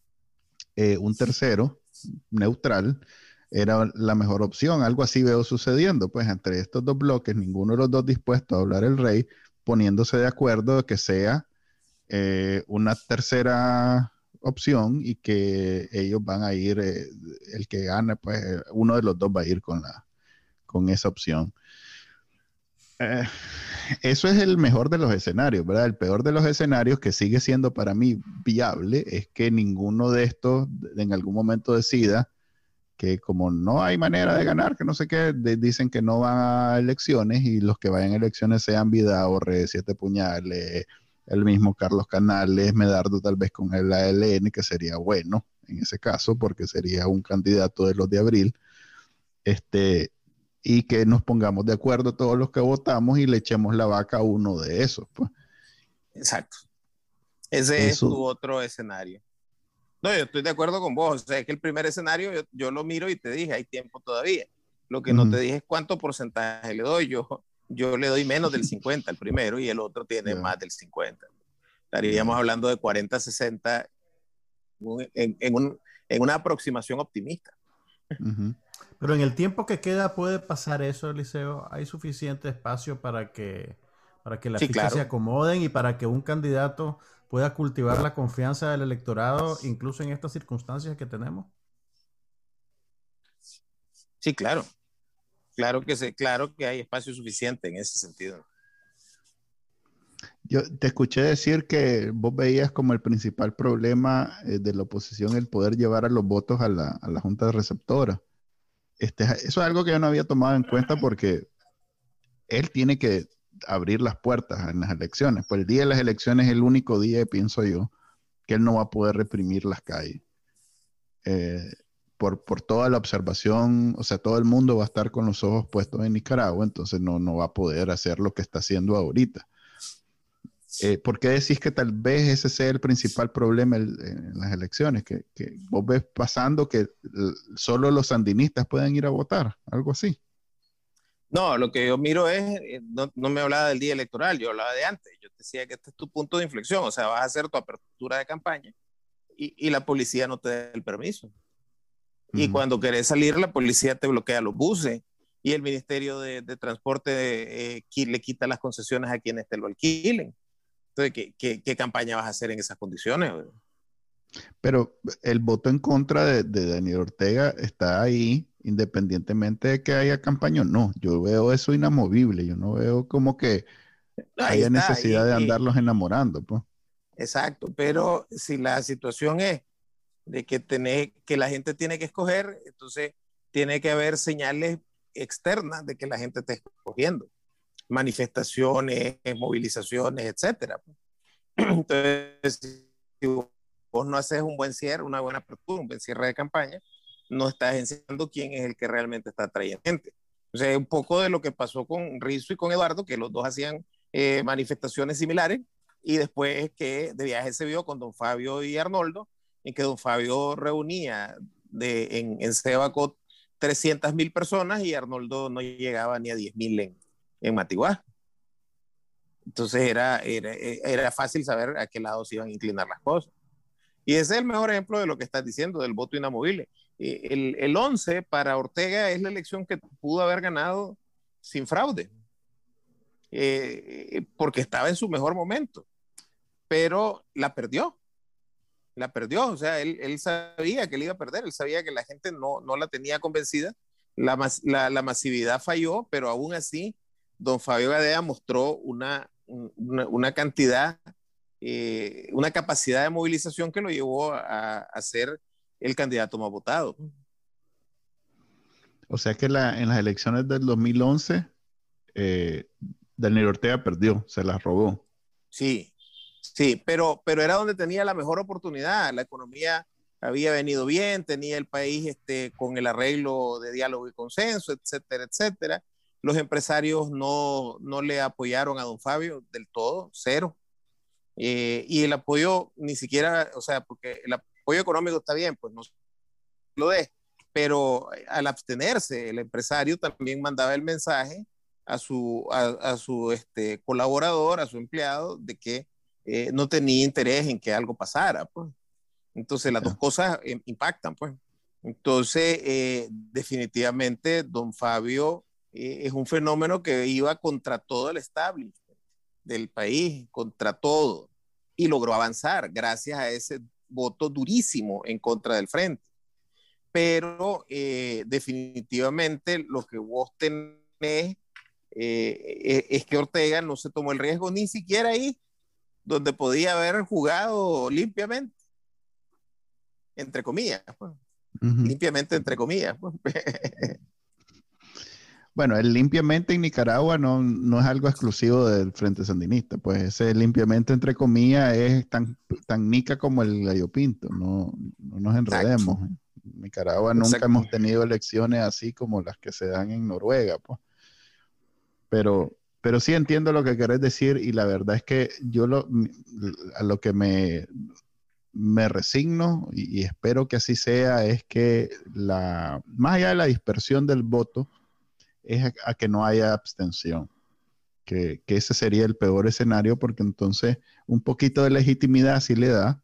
eh, un tercero, neutral, era la mejor opción. Algo así veo sucediendo, pues entre estos dos bloques, ninguno de los dos dispuesto a doblar el rey, poniéndose de acuerdo de que sea eh, una tercera opción y que ellos van a ir, eh, el que gane, pues uno de los dos va a ir con, la, con esa opción. Eh, Eso es el mejor de los escenarios, ¿verdad? El peor de los escenarios, que sigue siendo para mí viable, es que ninguno de estos en algún momento decida que como no hay manera de ganar, que no sé qué, de, dicen que no van a elecciones y los que vayan a elecciones sean Vidaurre, Siete Puñales, el mismo Carlos Canales, Medardo tal vez con el A L N, que sería bueno en ese caso, porque sería un candidato de los de abril, este, y que nos pongamos de acuerdo todos los que votamos y le echemos la vaca a uno de esos. Pues. Exacto. Ese es Eso. tu otro escenario. No, yo estoy de acuerdo con vos. O sea, es que el primer escenario yo, yo lo miro y te dije, hay tiempo todavía. Lo que uh-huh. no te dije es cuánto porcentaje le doy. Yo, yo le doy menos del cincuenta al primero y el otro tiene yeah. más del cincuenta. Estaríamos yeah. hablando de cuarenta sesenta en, en, un, en una aproximación optimista. Uh-huh. Pero en el tiempo que queda puede pasar eso, Eliseo. ¿Hay suficiente espacio para que, para que las sí, fichas claro. se acomoden y para que un candidato pueda cultivar la confianza del electorado, incluso en estas circunstancias que tenemos? Sí, claro. Claro que, se, claro que hay espacio suficiente en ese sentido. Yo te escuché decir que vos veías como el principal problema eh, de la oposición el poder llevar a los votos a la, a la Junta Receptora. Este, eso es algo que yo no había tomado en cuenta porque él tiene que abrir las puertas en las elecciones. Pues el día de las elecciones es el único día, pienso yo, que él no va a poder reprimir las calles. Eh, por, por toda la observación, o sea, todo el mundo va a estar con los ojos puestos en Nicaragua, entonces no, no va a poder hacer lo que está haciendo ahorita. Eh, ¿Por qué decís que tal vez ese sea el principal problema en, en las elecciones? Que, que vos ves pasando que solo los sandinistas pueden ir a votar, algo así. No, lo que yo miro es, no, no me hablaba del día electoral, yo hablaba de antes. Yo te decía que este es tu punto de inflexión, o sea, vas a hacer tu apertura de campaña y, y la policía no te da el permiso. Uh-huh. Y cuando querés salir, la policía te bloquea los buses y el Ministerio de, de Transporte eh, le quita las concesiones a quienes te lo alquilen. Entonces, ¿qué, qué, qué campaña vas a hacer en esas condiciones? Pero el voto en contra de, de Daniel Ortega está ahí, independientemente de que haya campaña o no. Yo veo eso inamovible. Yo no veo como que ahí haya está, necesidad ahí, de andarlos ahí. enamorando. Pues. Exacto, pero si la situación es de que, tenés, que la gente tiene que escoger, entonces tiene que haber señales externas de que la gente esté escogiendo. Manifestaciones, movilizaciones, etcétera. Entonces, si vos no haces un buen cierre, una buena apertura, un buen cierre de campaña, no estás enseñando quién es el que realmente está trayendo gente. O sea, un poco de lo que pasó con Rizzo y con Eduardo, que los dos hacían eh, manifestaciones similares, y después que de viaje se vio con don Fabio y Arnoldo, en que don Fabio reunía de, en, en Sebacot trescientas mil personas y Arnoldo no llegaba ni a diez mil en, en Matiguá. Entonces era, era, era fácil saber a qué lado se iban a inclinar las cosas. Y ese es el mejor ejemplo de lo que estás diciendo, del voto inamovible. El, el once para Ortega es la elección que pudo haber ganado sin fraude, eh, porque estaba en su mejor momento, pero la perdió. La perdió, o sea, él, él sabía que le iba a perder, él sabía que la gente no, no la tenía convencida, la, mas, la, la masividad falló, pero aún así, don Fabio Gadea mostró una, una, una cantidad, eh, una capacidad de movilización que lo llevó a, a ser el candidato más votado. O sea que la, en las elecciones del dos mil once, eh, Daniel Ortega perdió, se las robó. Sí, sí, pero, pero era donde tenía la mejor oportunidad. La economía había venido bien, tenía el país este, con el arreglo de diálogo y consenso, etcétera, etcétera. Los empresarios no, no le apoyaron a don Fabio del todo, cero. Eh, y el apoyo ni siquiera, o sea, porque el apoyo económico está bien, pues no lo de, pero al abstenerse, el empresario también mandaba el mensaje a su, a, a su este, colaborador, a su empleado, de que eh, no tenía interés en que algo pasara, pues. Entonces las dos cosas eh, impactan, pues. Entonces, eh, definitivamente, don Fabio eh, es un fenómeno que iba contra todo el establishment del país, contra todo, y logró avanzar gracias a ese voto durísimo en contra del frente. Pero eh, definitivamente lo que vos tenés eh, es que Ortega no se tomó el riesgo ni siquiera ahí, donde podía haber jugado limpiamente, entre comillas, pues. Uh-huh. Limpiamente, entre comillas. Pues. Bueno, el limpiamente en Nicaragua no, no es algo exclusivo del Frente Sandinista, pues ese limpiamente entre comillas es tan, tan nica como el gallo pinto, no, no nos enredemos. Exacto. En Nicaragua nunca Exacto. hemos tenido elecciones así como las que se dan en Noruega, pues. Pero, pero sí entiendo lo que querés decir y la verdad es que yo lo, a lo que me, me resigno y, y espero que así sea es que la, más allá de la dispersión del voto, es a, a que no haya abstención, que, que ese sería el peor escenario porque entonces un poquito de legitimidad sí le da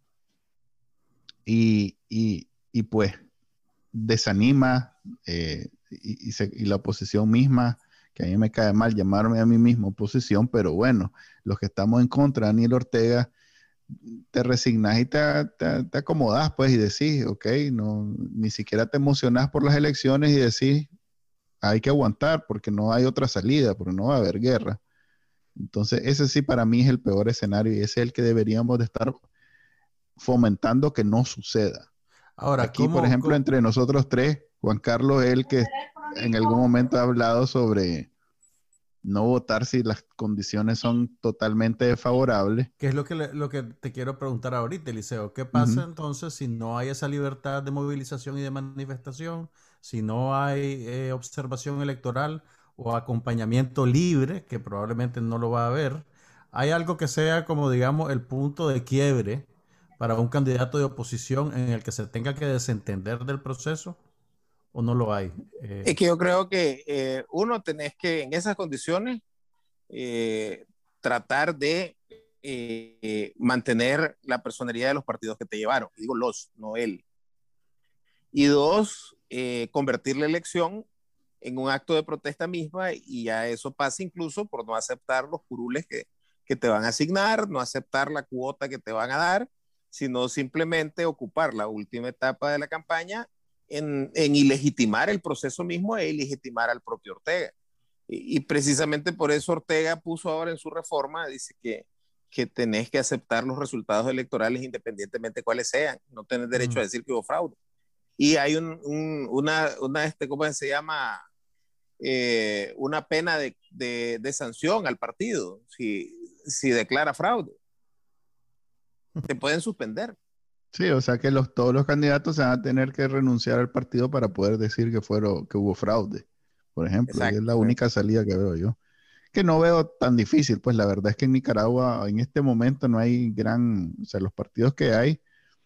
y, y, y pues desanima eh, y, y, se, y la oposición misma, que a mí me cae mal llamarme a mí mismo oposición, pero bueno, los que estamos en contra de Daniel Ortega, te resignas y te, te, te acomodas pues y decís, ok, no, ni siquiera te emocionás por las elecciones y decís, hay que aguantar porque no hay otra salida, porque no va a haber guerra. Entonces, ese sí para mí es el peor escenario y ese es el que deberíamos de estar fomentando que no suceda. Ahora, aquí, ¿cómo, por ejemplo, cómo? Entre nosotros tres, Juan Carlos es el que en algún momento ha hablado sobre no votar si las condiciones son totalmente desfavorables. ¿Qué es lo que, le, lo que te quiero preguntar ahorita, Eliseo? ¿Qué pasa uh-huh. entonces si no hay esa libertad de movilización y de manifestación? Si no hay eh, observación electoral o acompañamiento libre, que probablemente no lo va a haber, ¿hay algo que sea como, digamos, el punto de quiebre para un candidato de oposición en el que se tenga que desentender del proceso o no lo hay? Eh, es que yo creo que eh, uno tenés que en esas condiciones eh, tratar de eh, mantener la personería de los partidos que te llevaron. Y digo los, no él. Y dos, eh, convertir la elección en un acto de protesta misma y ya eso pasa incluso por no aceptar los curules que, que te van a asignar, no aceptar la cuota que te van a dar, sino simplemente ocupar la última etapa de la campaña en, en ilegitimar el proceso mismo e ilegitimar al propio Ortega. Y, y precisamente por eso Ortega puso ahora en su reforma, dice que, que tenés que aceptar los resultados electorales independientemente de cuáles sean, no tenés derecho mm. a decir que hubo fraude. Y hay un, un, una, una este, ¿cómo se llama? Eh, una pena de, de, de sanción al partido si, si declara fraude. Te pueden suspender. Sí, o sea que los, todos los candidatos se van a tener que renunciar al partido para poder decir que, fueron, que hubo fraude, por ejemplo. Exacto, y es la única salida que veo yo. Que no veo tan difícil, pues la verdad es que en Nicaragua en este momento no hay gran, o sea, los partidos que hay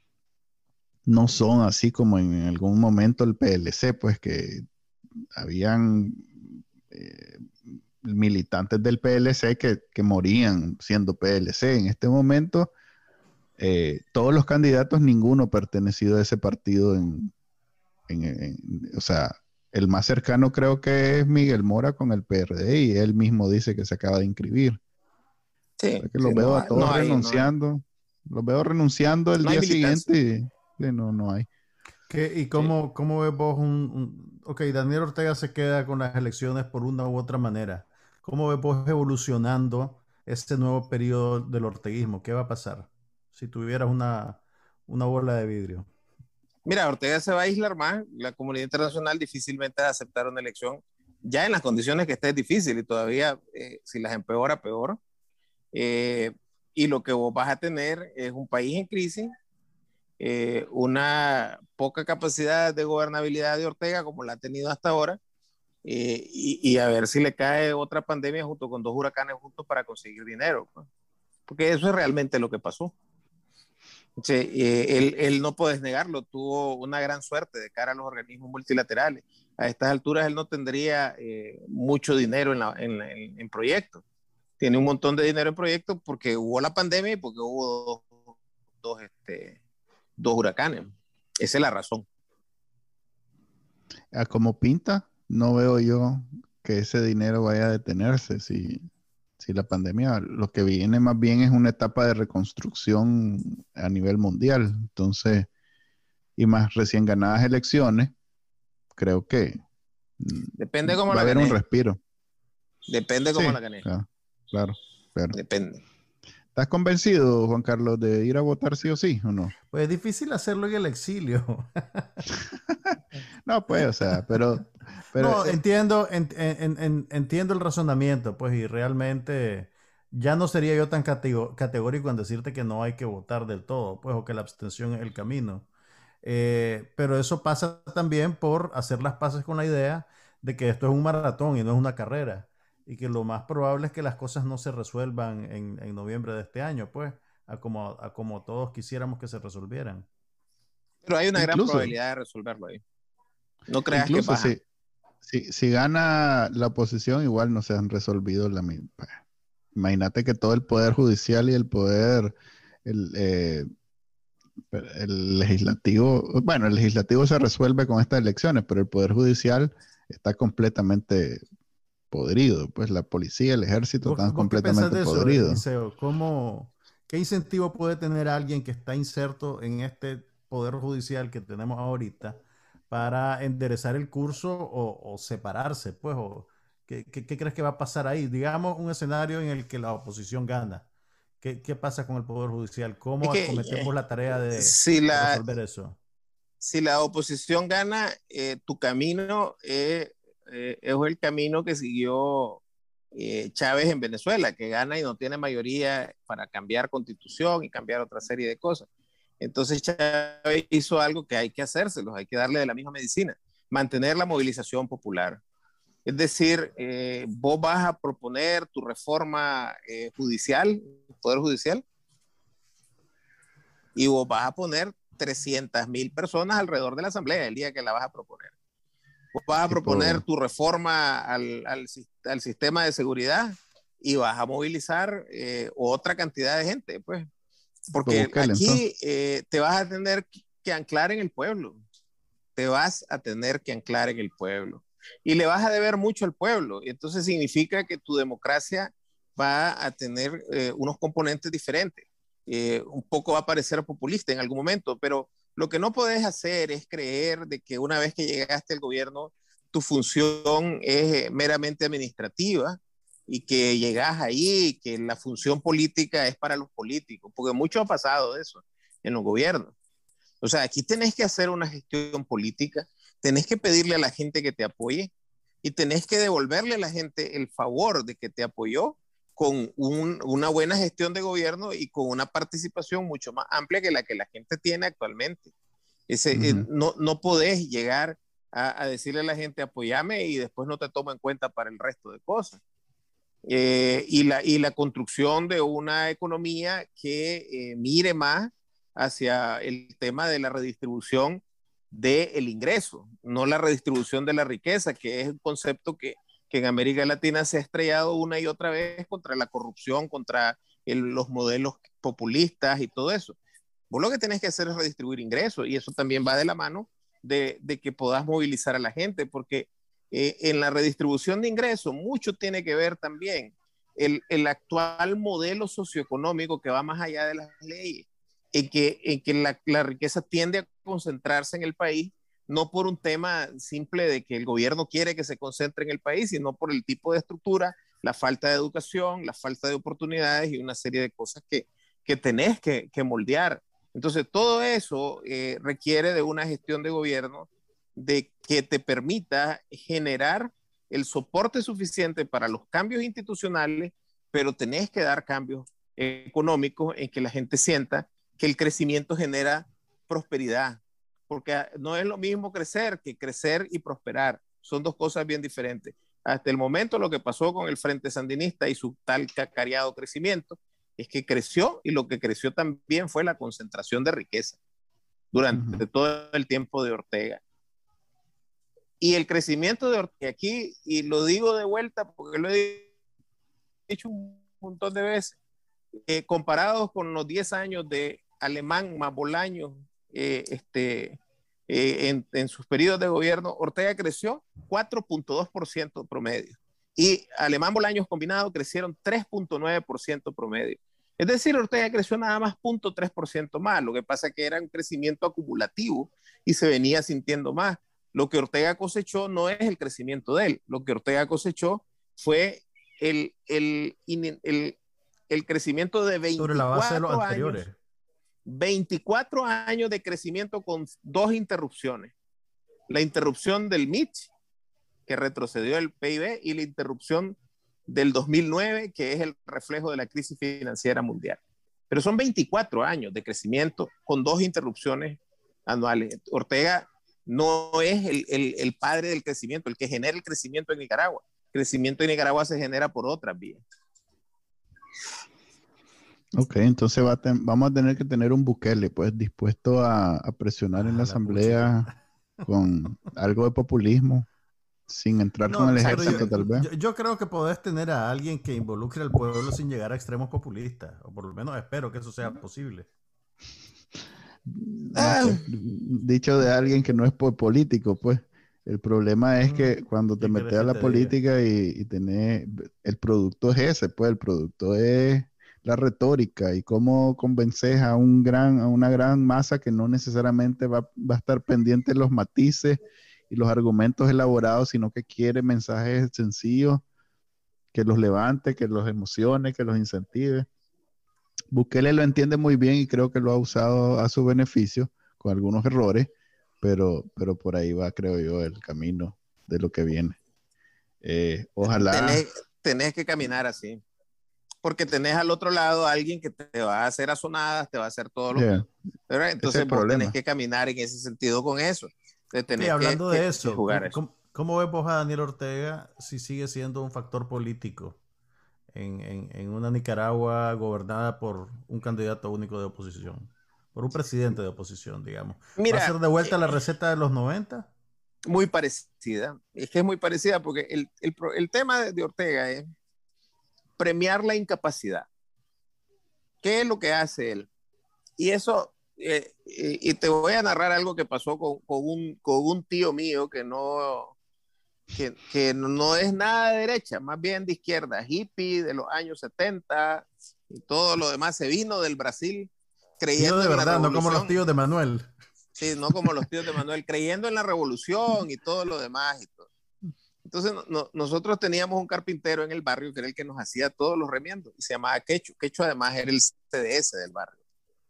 no son así como en algún momento el P L C, pues que habían eh, militantes del P L C que, que morían siendo P L C. En este momento, eh, todos los candidatos, ninguno pertenecido a ese partido. En, en, en, o sea, el más cercano creo que es Miguel Mora con el P R D y él mismo dice que se acaba de inscribir. Sí, o sea, que los sí, veo no a todos no hay, renunciando. No los veo renunciando el no día siguiente. Y, no, no hay. ¿Qué, ¿Y cómo, sí. cómo ves vos un, un... Ok, Daniel Ortega se queda con las elecciones por una u otra manera. ¿Cómo ves vos evolucionando este nuevo periodo del orteguismo? ¿Qué va a pasar si tuvieras una, una bola de vidrio? Mira, Ortega se va a aislar más. La comunidad internacional difícilmente va a aceptar una elección. Ya en las condiciones que esté es difícil y todavía eh, si las empeora, peor. Eh, y lo que vos vas a tener es un país en crisis, Eh, una poca capacidad de gobernabilidad de Ortega como la ha tenido hasta ahora eh, y, y a ver si le cae otra pandemia junto con dos huracanes juntos para conseguir dinero, pues. Porque eso es realmente lo que pasó. Sí, eh, él, él no puedes negarlo, tuvo una gran suerte de cara a los organismos multilaterales. A estas alturas él no tendría eh, mucho dinero en, la, en, en, en proyectos. Tiene un montón de dinero en proyectos porque hubo la pandemia y porque hubo dos, dos este, dos huracanes. Esa es la razón. A como pinta, no veo yo que ese dinero vaya a detenerse. Si, si la pandemia, lo que viene más bien es una etapa de reconstrucción a nivel mundial. Entonces, y más recién ganadas elecciones, creo que depende cómo va a haber un respiro. Depende cómo Sí, la gané. claro, claro, claro. Depende. ¿Estás convencido, Juan Carlos, de ir a votar sí o sí o no? Pues es difícil hacerlo en el exilio. No, pues, o sea, pero, pero No, eh, entiendo, en- en- en- entiendo el razonamiento, pues, y realmente ya no sería yo tan catego- categórico en decirte que no hay que votar del todo, pues, o que la abstención es el camino. Eh, pero eso pasa también por hacer las paces con la idea de que esto es un maratón y no es una carrera, y que lo más probable es que las cosas no se resuelvan en, en noviembre de este año, pues, a como, a como todos quisiéramos que se resolvieran. Pero hay una gran incluso, probabilidad de resolverlo ahí. No creas que es incluso baja. si, si, si gana la oposición, igual no se han resolvido la misma. Imagínate que todo el poder judicial y el poder, el, eh, el legislativo, bueno, el legislativo se resuelve con estas elecciones, pero el poder judicial está completamente podrido. Pues la policía, el ejército ¿Vos, están vos qué pensás completamente de eso, podridos. Eliseo? ¿Cómo, qué incentivo puede tener alguien que está inserto en este poder judicial que tenemos ahorita para enderezar el curso o, o separarse? Pues, o, ¿qué, qué, qué crees que va a pasar ahí? Digamos un escenario en el que la oposición gana. ¿Qué, qué pasa con el poder judicial? Es ¿Cómo que acometemos eh, la tarea de, si de la, resolver eso? si la oposición gana, eh, tu camino eh, eh, es el camino que siguió eh, Chávez en Venezuela, que gana y no tiene mayoría para cambiar constitución y cambiar otra serie de cosas. Entonces Chávez hizo algo que hay que hacérselos, hay que darle de la misma medicina, mantener la movilización popular. Es decir, eh, vos vas a proponer tu reforma eh, judicial, poder judicial, y vos vas a poner trescientas mil personas alrededor de la asamblea el día que la vas a proponer. Vos vas a proponer Tipo, tu reforma al, al, al sistema de seguridad y vas a movilizar eh, otra cantidad de gente, pues, tipo porque Bukele, entonces. aquí eh, te vas a tener que anclar en el pueblo, te vas a tener que anclar en el pueblo y le vas a deber mucho al pueblo. Y entonces significa que tu democracia va a tener eh, unos componentes diferentes. Eh, un poco va a parecer populista en algún momento, pero lo que no podés hacer es creer de que una vez que llegaste al gobierno, tu función es eh, meramente administrativa y que llegas ahí, que la función política es para los políticos, porque mucho ha pasado de eso en los gobiernos. O sea, aquí tenés que hacer una gestión política, tenés que pedirle a la gente que te apoye y tenés que devolverle a la gente el favor de que te apoyó con un, una buena gestión de gobierno y con una participación mucho más amplia que la que la gente tiene actualmente. Ese, eh, Uh-huh. no, no podés llegar a, a decirle a la gente apoyame y después no te tomo en cuenta para el resto de cosas. Eh, y, la, y la construcción de una economía que eh, mire más hacia el tema de la redistribución del ingreso, no la redistribución de la riqueza, que es un concepto que, que en América Latina se ha estrellado una y otra vez contra la corrupción, contra el, los modelos populistas y todo eso. Vos lo que tenés que hacer es redistribuir ingresos y eso también va de la mano de, de que podás movilizar a la gente, porque eh, en la redistribución de ingresos mucho tiene que ver también el, el actual modelo socioeconómico que va más allá de las leyes, en que, en que la, la riqueza tiende a concentrarse en el país, no por un tema simple de que el gobierno quiere que se concentre en el país, sino por el tipo de estructura, la falta de educación, la falta de oportunidades y una serie de cosas que, que tenés que, que moldear. Entonces, todo eso eh, requiere de una gestión de gobierno de que te permita generar el soporte suficiente para los cambios institucionales, pero tenés que dar cambios eh, económicos en que la gente sienta que el crecimiento genera prosperidad, porque no es lo mismo crecer que crecer y prosperar, son dos cosas bien diferentes. Hasta el momento lo que pasó con el Frente Sandinista y su tal cacareado crecimiento es que creció y lo que creció también fue la concentración de riqueza durante uh-huh. todo el tiempo de Ortega. Y el crecimiento de Ortega aquí, y lo digo de vuelta porque lo he dicho un montón de veces, eh, comparados con los diez años de Alemán más Bolaños eh, este, eh, en, en sus periodos de gobierno, Ortega creció cuatro punto dos por ciento promedio y Alemán Bolaños combinado crecieron tres punto nueve por ciento promedio. Es decir, Ortega creció nada más cero punto tres por ciento más, lo que pasa es que era un crecimiento acumulativo y se venía sintiendo más. Lo que Ortega cosechó no es el crecimiento de él, lo que Ortega cosechó fue el, el, el, el crecimiento de veinticuatro sobre la base de los años, anteriores. veinticuatro años de crecimiento con dos interrupciones. La interrupción del M I T, que retrocedió el P I B, y la interrupción del dos mil nueve, que es el reflejo de la crisis financiera mundial. Pero son veinticuatro años de crecimiento con dos interrupciones anuales. Ortega no es el, el, el padre del crecimiento, el que genera el crecimiento en Nicaragua. El crecimiento en Nicaragua se genera por otras vías. Ok, entonces va a ten, vamos a tener que tener un Bukele, pues, dispuesto a, a presionar ah, en la, la asamblea pucha. Con algo de populismo, sin entrar no, con el ejército, yo, tal vez. Yo, yo creo que podés tener a alguien que involucre al pueblo sin llegar a extremos populistas, o por lo menos espero que eso sea posible. No sé, dicho de alguien que no es político, pues. El problema es que cuando te metes a la política y, y tenés, el producto es ese, pues el producto es la retórica y cómo convences a, un gran, a una gran masa que no necesariamente va, va a estar pendiente de los matices y los argumentos elaborados, sino que quiere mensajes sencillos que los levante, que los emocione, que los incentive. Bukele lo entiende muy bien y creo que lo ha usado a su beneficio, con algunos errores, pero, pero por ahí va, creo yo, el camino de lo que viene. Eh, ojalá... Tenés, tenés que caminar así, porque tenés al otro lado a alguien que te va a hacer asonadas, te va a hacer todo lo yeah. que... Entonces vos tenés que caminar en ese sentido con eso. Y hablando que, de eso, jugar ¿cómo, eso. ¿cómo ves vos a Daniel Ortega si sigue siendo un factor político en, en, en una Nicaragua gobernada por un candidato único de oposición? Por un presidente de oposición, digamos. Mira, ¿va a ser de vuelta eh, la receta de los noventa? Muy parecida. Es que es muy parecida porque el, el, el tema de, de Ortega es premiar la incapacidad. ¿Qué es lo que hace él? Y eso, eh, y, y te voy a narrar algo que pasó con, con, un, con un tío mío que no, que, que no es nada de derecha, más bien de izquierda, hippie de los años setenta y todo lo demás. Se vino del Brasil creyendo tío de verdad, no como los tíos de Manuel. Sí, no como los tíos de Manuel, creyendo en la revolución y todo lo demás. Y todo. Entonces no, no, nosotros teníamos un carpintero en el barrio que era el que nos hacía todos los remiendos y se llamaba Quecho. Quecho además era el C D S del barrio.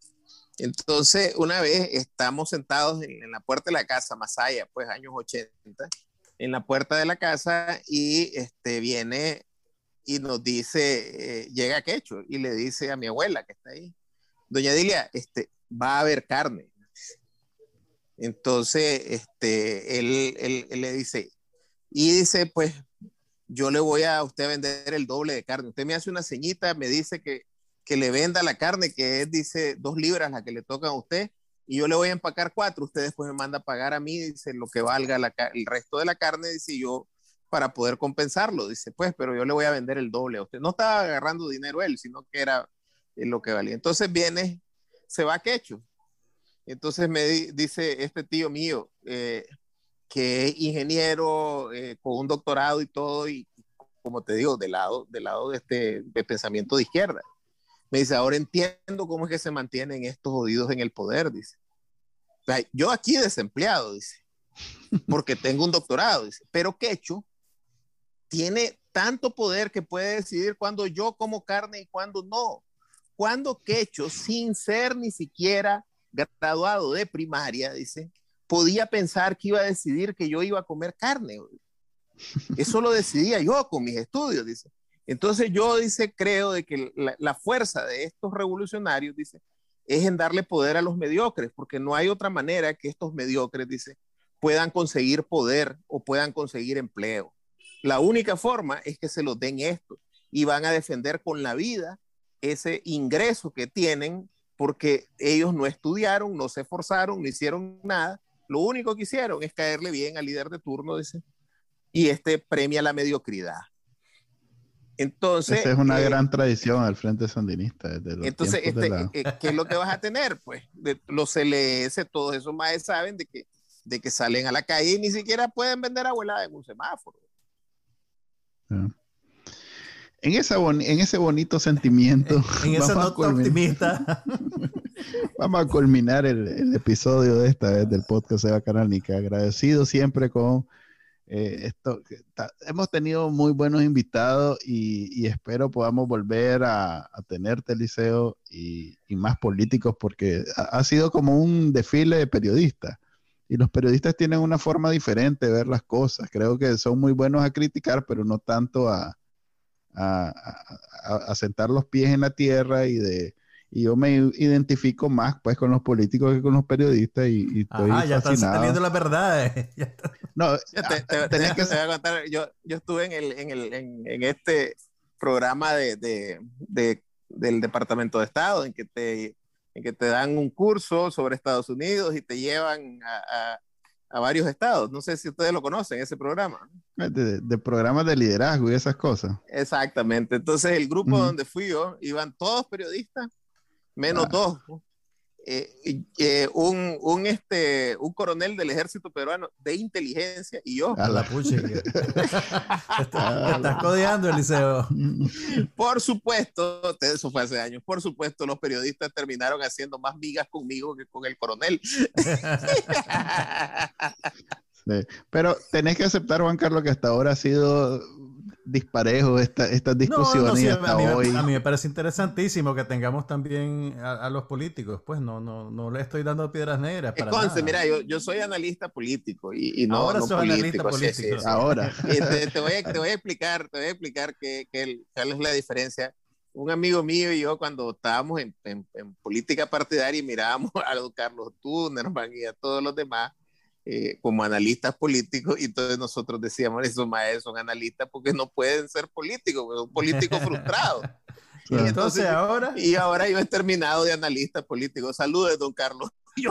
Entonces una vez estamos sentados en, en la puerta de la casa, Masaya, pues años ochenta, en la puerta de la casa y este, viene y nos dice, eh, llega Quecho y le dice a mi abuela que está ahí, doña Dilia, este, va a haber carne. Entonces, este, él, él, él le dice, y dice, pues, yo le voy a usted a vender el doble de carne. Usted me hace una ceñita, me dice que, que le venda la carne, que es, dice, dos libras la que le tocan a usted, y yo le voy a empacar cuatro. Usted después me manda a pagar a mí, dice, lo que valga la, el resto de la carne, dice yo, para poder compensarlo. Dice, pues, pero yo le voy a vender el doble a usted. No estaba agarrando dinero él, sino que era lo que valía. Entonces viene, se va a Quecho. Entonces me di, dice este tío mío, eh, que es ingeniero, eh, con un doctorado y todo, y como te digo, del lado, del lado de este de pensamiento de izquierda. Me dice, ahora entiendo cómo es que se mantienen estos jodidos en el poder, dice. O sea, yo aquí desempleado, dice, porque tengo un doctorado, dice, pero Quecho tiene tanto poder que puede decidir cuándo yo como carne y cuándo no. Cuando Quecho, sin ser ni siquiera graduado de primaria, dice, podía pensar que iba a decidir que yo iba a comer carne. Eso lo decidía yo con mis estudios, dice. Entonces yo, dice, creo de que la, la fuerza de estos revolucionarios, dice, es en darle poder a los mediocres, porque no hay otra manera que estos mediocres, dice, puedan conseguir poder o puedan conseguir empleo. La única forma es que se los den esto y van a defender con la vida ese ingreso que tienen porque ellos no estudiaron, no se esforzaron, no hicieron nada. Lo único que hicieron es caerle bien al líder de turno, dice, y este premia la mediocridad. Entonces, esa es una eh, gran tradición al Frente Sandinista. Desde los entonces, este, la... eh, ¿qué es lo que vas a tener? Pues de, los C L S, todos esos más saben de que, de que salen a la calle y ni siquiera pueden vender abuelada en un semáforo. Yeah. En, esa boni- en ese bonito sentimiento, en esa nota optimista, vamos a culminar el, el episodio de esta vez del podcast de Bacanal Nica. Agradecido siempre con Eh, esto, ta, hemos tenido muy buenos invitados y, y espero podamos volver a, a tenerte, Eliseo, y, y más políticos, porque ha, ha sido como un desfile de periodistas. Y los periodistas tienen una forma diferente de ver las cosas. Creo que son muy buenos a criticar, pero no tanto a, a, a, a sentar los pies en la tierra y de... Y yo me identifico más pues con los políticos que con los periodistas y, y estoy Ajá, ya están fascinado. saliendo las verdades. No, te, te, te, te, que... te voy a contar, yo, yo estuve en, el, en, el, en, en este programa de, de, de, del Departamento de Estado, en que, te, en que te dan un curso sobre Estados Unidos y te llevan a, a, a varios estados. No sé si ustedes lo conocen, ese programa. De, de programas de liderazgo y esas cosas. Exactamente. Entonces el grupo uh-huh. donde fui yo, iban todos periodistas, menos ah. dos. Eh, eh, un, un, este, un coronel del ejército peruano de inteligencia y yo. A la pucha. Estás codeando, Eliseo. Por supuesto, eso fue hace años, por supuesto, los periodistas terminaron haciendo más migas conmigo que con el coronel. Sí. Pero tenés que aceptar, Juan Carlos, que hasta ahora ha sido disparejo esta, estas discusiones. No, no, sí, hasta a, mí, hoy. a mí me parece interesantísimo que tengamos también a, a los políticos. Pues no, no, no le estoy dando piedras negras. Para Conce, nada. Mira, yo, yo soy analista político y, y no, ahora no soy político. analista político. Sí, sí, sí. Ahora. Te, te, voy a, te voy a explicar, te voy a explicar qué que, cuál es la diferencia. Un amigo mío y yo, cuando estábamos en, en, en política partidaria y mirábamos a don Carlos Tunerman y a todos los demás, Eh, como analistas políticos, y entonces nosotros decíamos, esos maestros son analistas porque no pueden ser políticos, son políticos frustrados. Y entonces, entonces ahora y ahora yo he terminado de analista político. Saludos, don Carlos. Yo,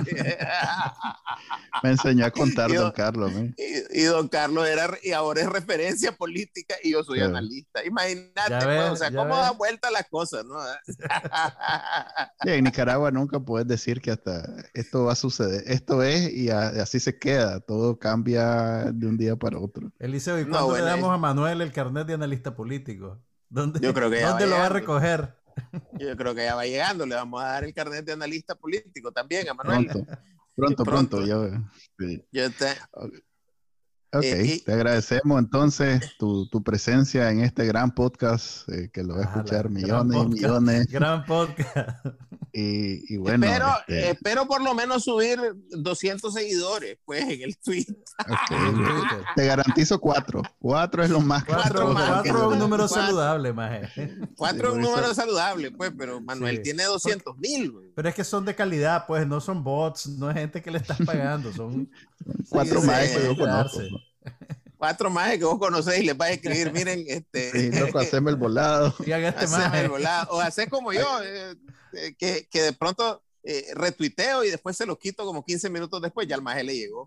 me enseñó a contar, don, don Carlos. ¿eh? Y, y don Carlos era, y ahora es referencia política y yo soy sí. analista. Imagínate, pues, ves, o sea, cómo ves. da vuelta las cosas, ¿no? Sí, en Nicaragua nunca puedes decir que hasta esto va a suceder. Esto es y a, así se queda. Todo cambia de un día para otro. Eliseo, ¿y cuándo no, bueno, le damos es... a Manuel el carnet de analista político? ¿Dónde, yo creo que ¿dónde lo va a recoger? Yo creo que ya va llegando, le vamos a dar el carnet de analista político también a Manuel. Pronto, pronto, pronto. pronto yo, sí. yo te... Ok, eh, y... te agradecemos entonces tu, tu presencia en este gran podcast eh, que lo va a escuchar ah, millones y millones. Gran podcast. Y, y bueno. Espero, este... espero por lo menos subir doscientos seguidores, pues, en el Twitter. Okay. Te garantizo cuatro. Cuatro es lo más. Cuatro, cuatro, cuatro es un número cuatro. saludable, maje. Cuatro es un número saludable, pues, pero Manuel sí. tiene doscientos mil. Pero es que son de calidad, pues, no son bots, no es gente que le estás pagando, son cuatro más que yo conozco. Cuatro más que vos conocés y les vas a escribir, miren, este. Sí, loco, haceme el volado. Y haga este haceme el volado. O hacer como yo, eh, eh, que, que de pronto eh, retuiteo y después se lo quito como quince minutos después, ya el maje le llegó.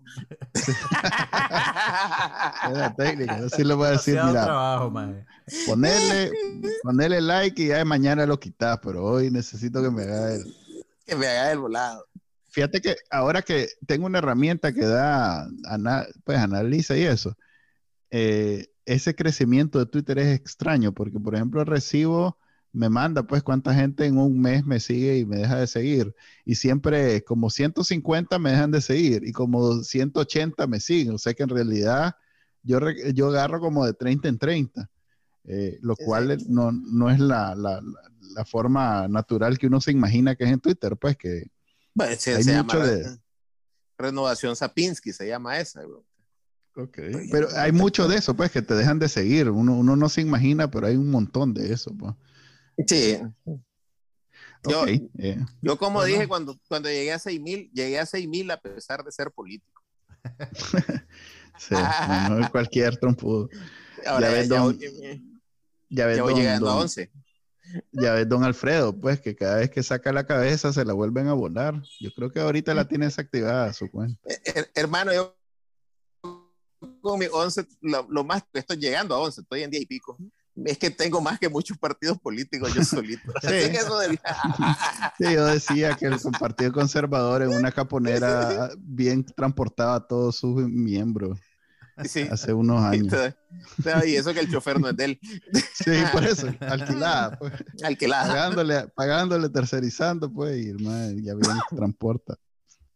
Es la técnica, así le voy a decir, mira, trabajo, maje. Ponerle, ponerle like y ya de mañana lo quitas, pero hoy necesito que me haga el. Que me haga el volado. Fíjate que ahora que tengo una herramienta que da, pues analiza y eso, eh, ese crecimiento de Twitter es extraño, porque por ejemplo recibo, me manda pues cuánta gente en un mes me sigue y me deja de seguir, y siempre como ciento cincuenta me dejan de seguir, y como ciento ochenta me siguen, o sea que en realidad yo, yo agarro como de treinta en treinta, eh, lo sí, cual sí. No, no es la, la, la forma natural que uno se imagina que es en Twitter, pues que bueno, se, se llama de... Renovación Sapinski, se llama esa, bro. Ok, pero hay mucho de eso, pues, que te dejan de seguir. Uno, uno no se imagina, pero hay un montón de eso, pues. Sí. Yo, okay, yeah. yo como bueno. dije, cuando, cuando llegué a seis mil, llegué a seis mil a pesar de ser político. Sí, no, no cualquier trompudo. Ahora ya, ves, ya, don, ya, ya, ves ya voy don, llegando don, a once. Ya ves don Alfredo, pues, que cada vez que saca la cabeza se la vuelven a volar. Yo creo que ahorita la tiene desactivada su cuenta. Eh, hermano, yo con mi once, lo, lo más que estoy llegando a once, estoy en diez y pico. Es que tengo más que muchos partidos políticos yo solito. Sí. Así que eso del... sí, yo decía que el Partido Conservador en una caponera bien transportaba a todos sus miembros. Sí. Hace unos años. Y eso que el chofer no es de él. Sí, por eso, alquilada. Pues. Alquilada. Pagándole, pagándole, tercerizando, pues, y hermano, ya bien transporta.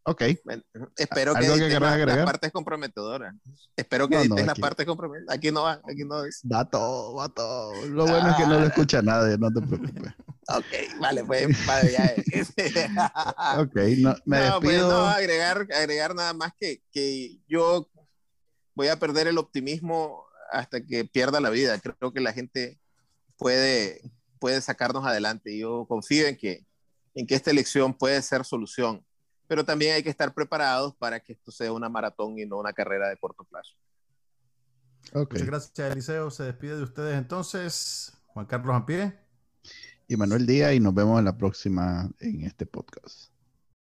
Ok. Bueno, espero que ¿Algo que edites querrás la- agregar? las partes comprometedoras. Espero que No, no, edites las aquí- partes comprometedoras. Aquí no va, aquí no es. Va todo, va todo. Lo bueno es que no lo escucha nadie, no te preocupes. Ok, vale, pues, vale, ya es. Ok, no, me No, pues despido. no, agregar, agregar nada más que, que yo voy a perder el optimismo hasta que pierda la vida. Creo que la gente puede, puede sacarnos adelante. Yo confío en que, en que esta elección puede ser solución, pero también hay que estar preparados para que esto sea una maratón y no una carrera de corto plazo. Ok. Muchas gracias, Eliseo. Se despide de ustedes entonces Juan Carlos Ampie Y Manuel Díaz, y nos vemos en la próxima en este podcast.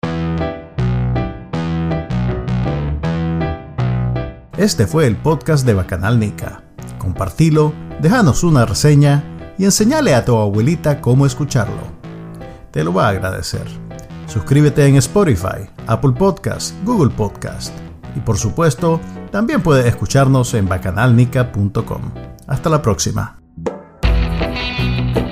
Este fue el podcast de Bacanal Nica. Compartilo, déjanos una reseña y enseñale a tu abuelita cómo escucharlo. Te lo va a agradecer. Suscríbete en Spotify, Apple Podcast, Google Podcast. Y por supuesto, también puedes escucharnos en bacanal nica punto com. Hasta la próxima.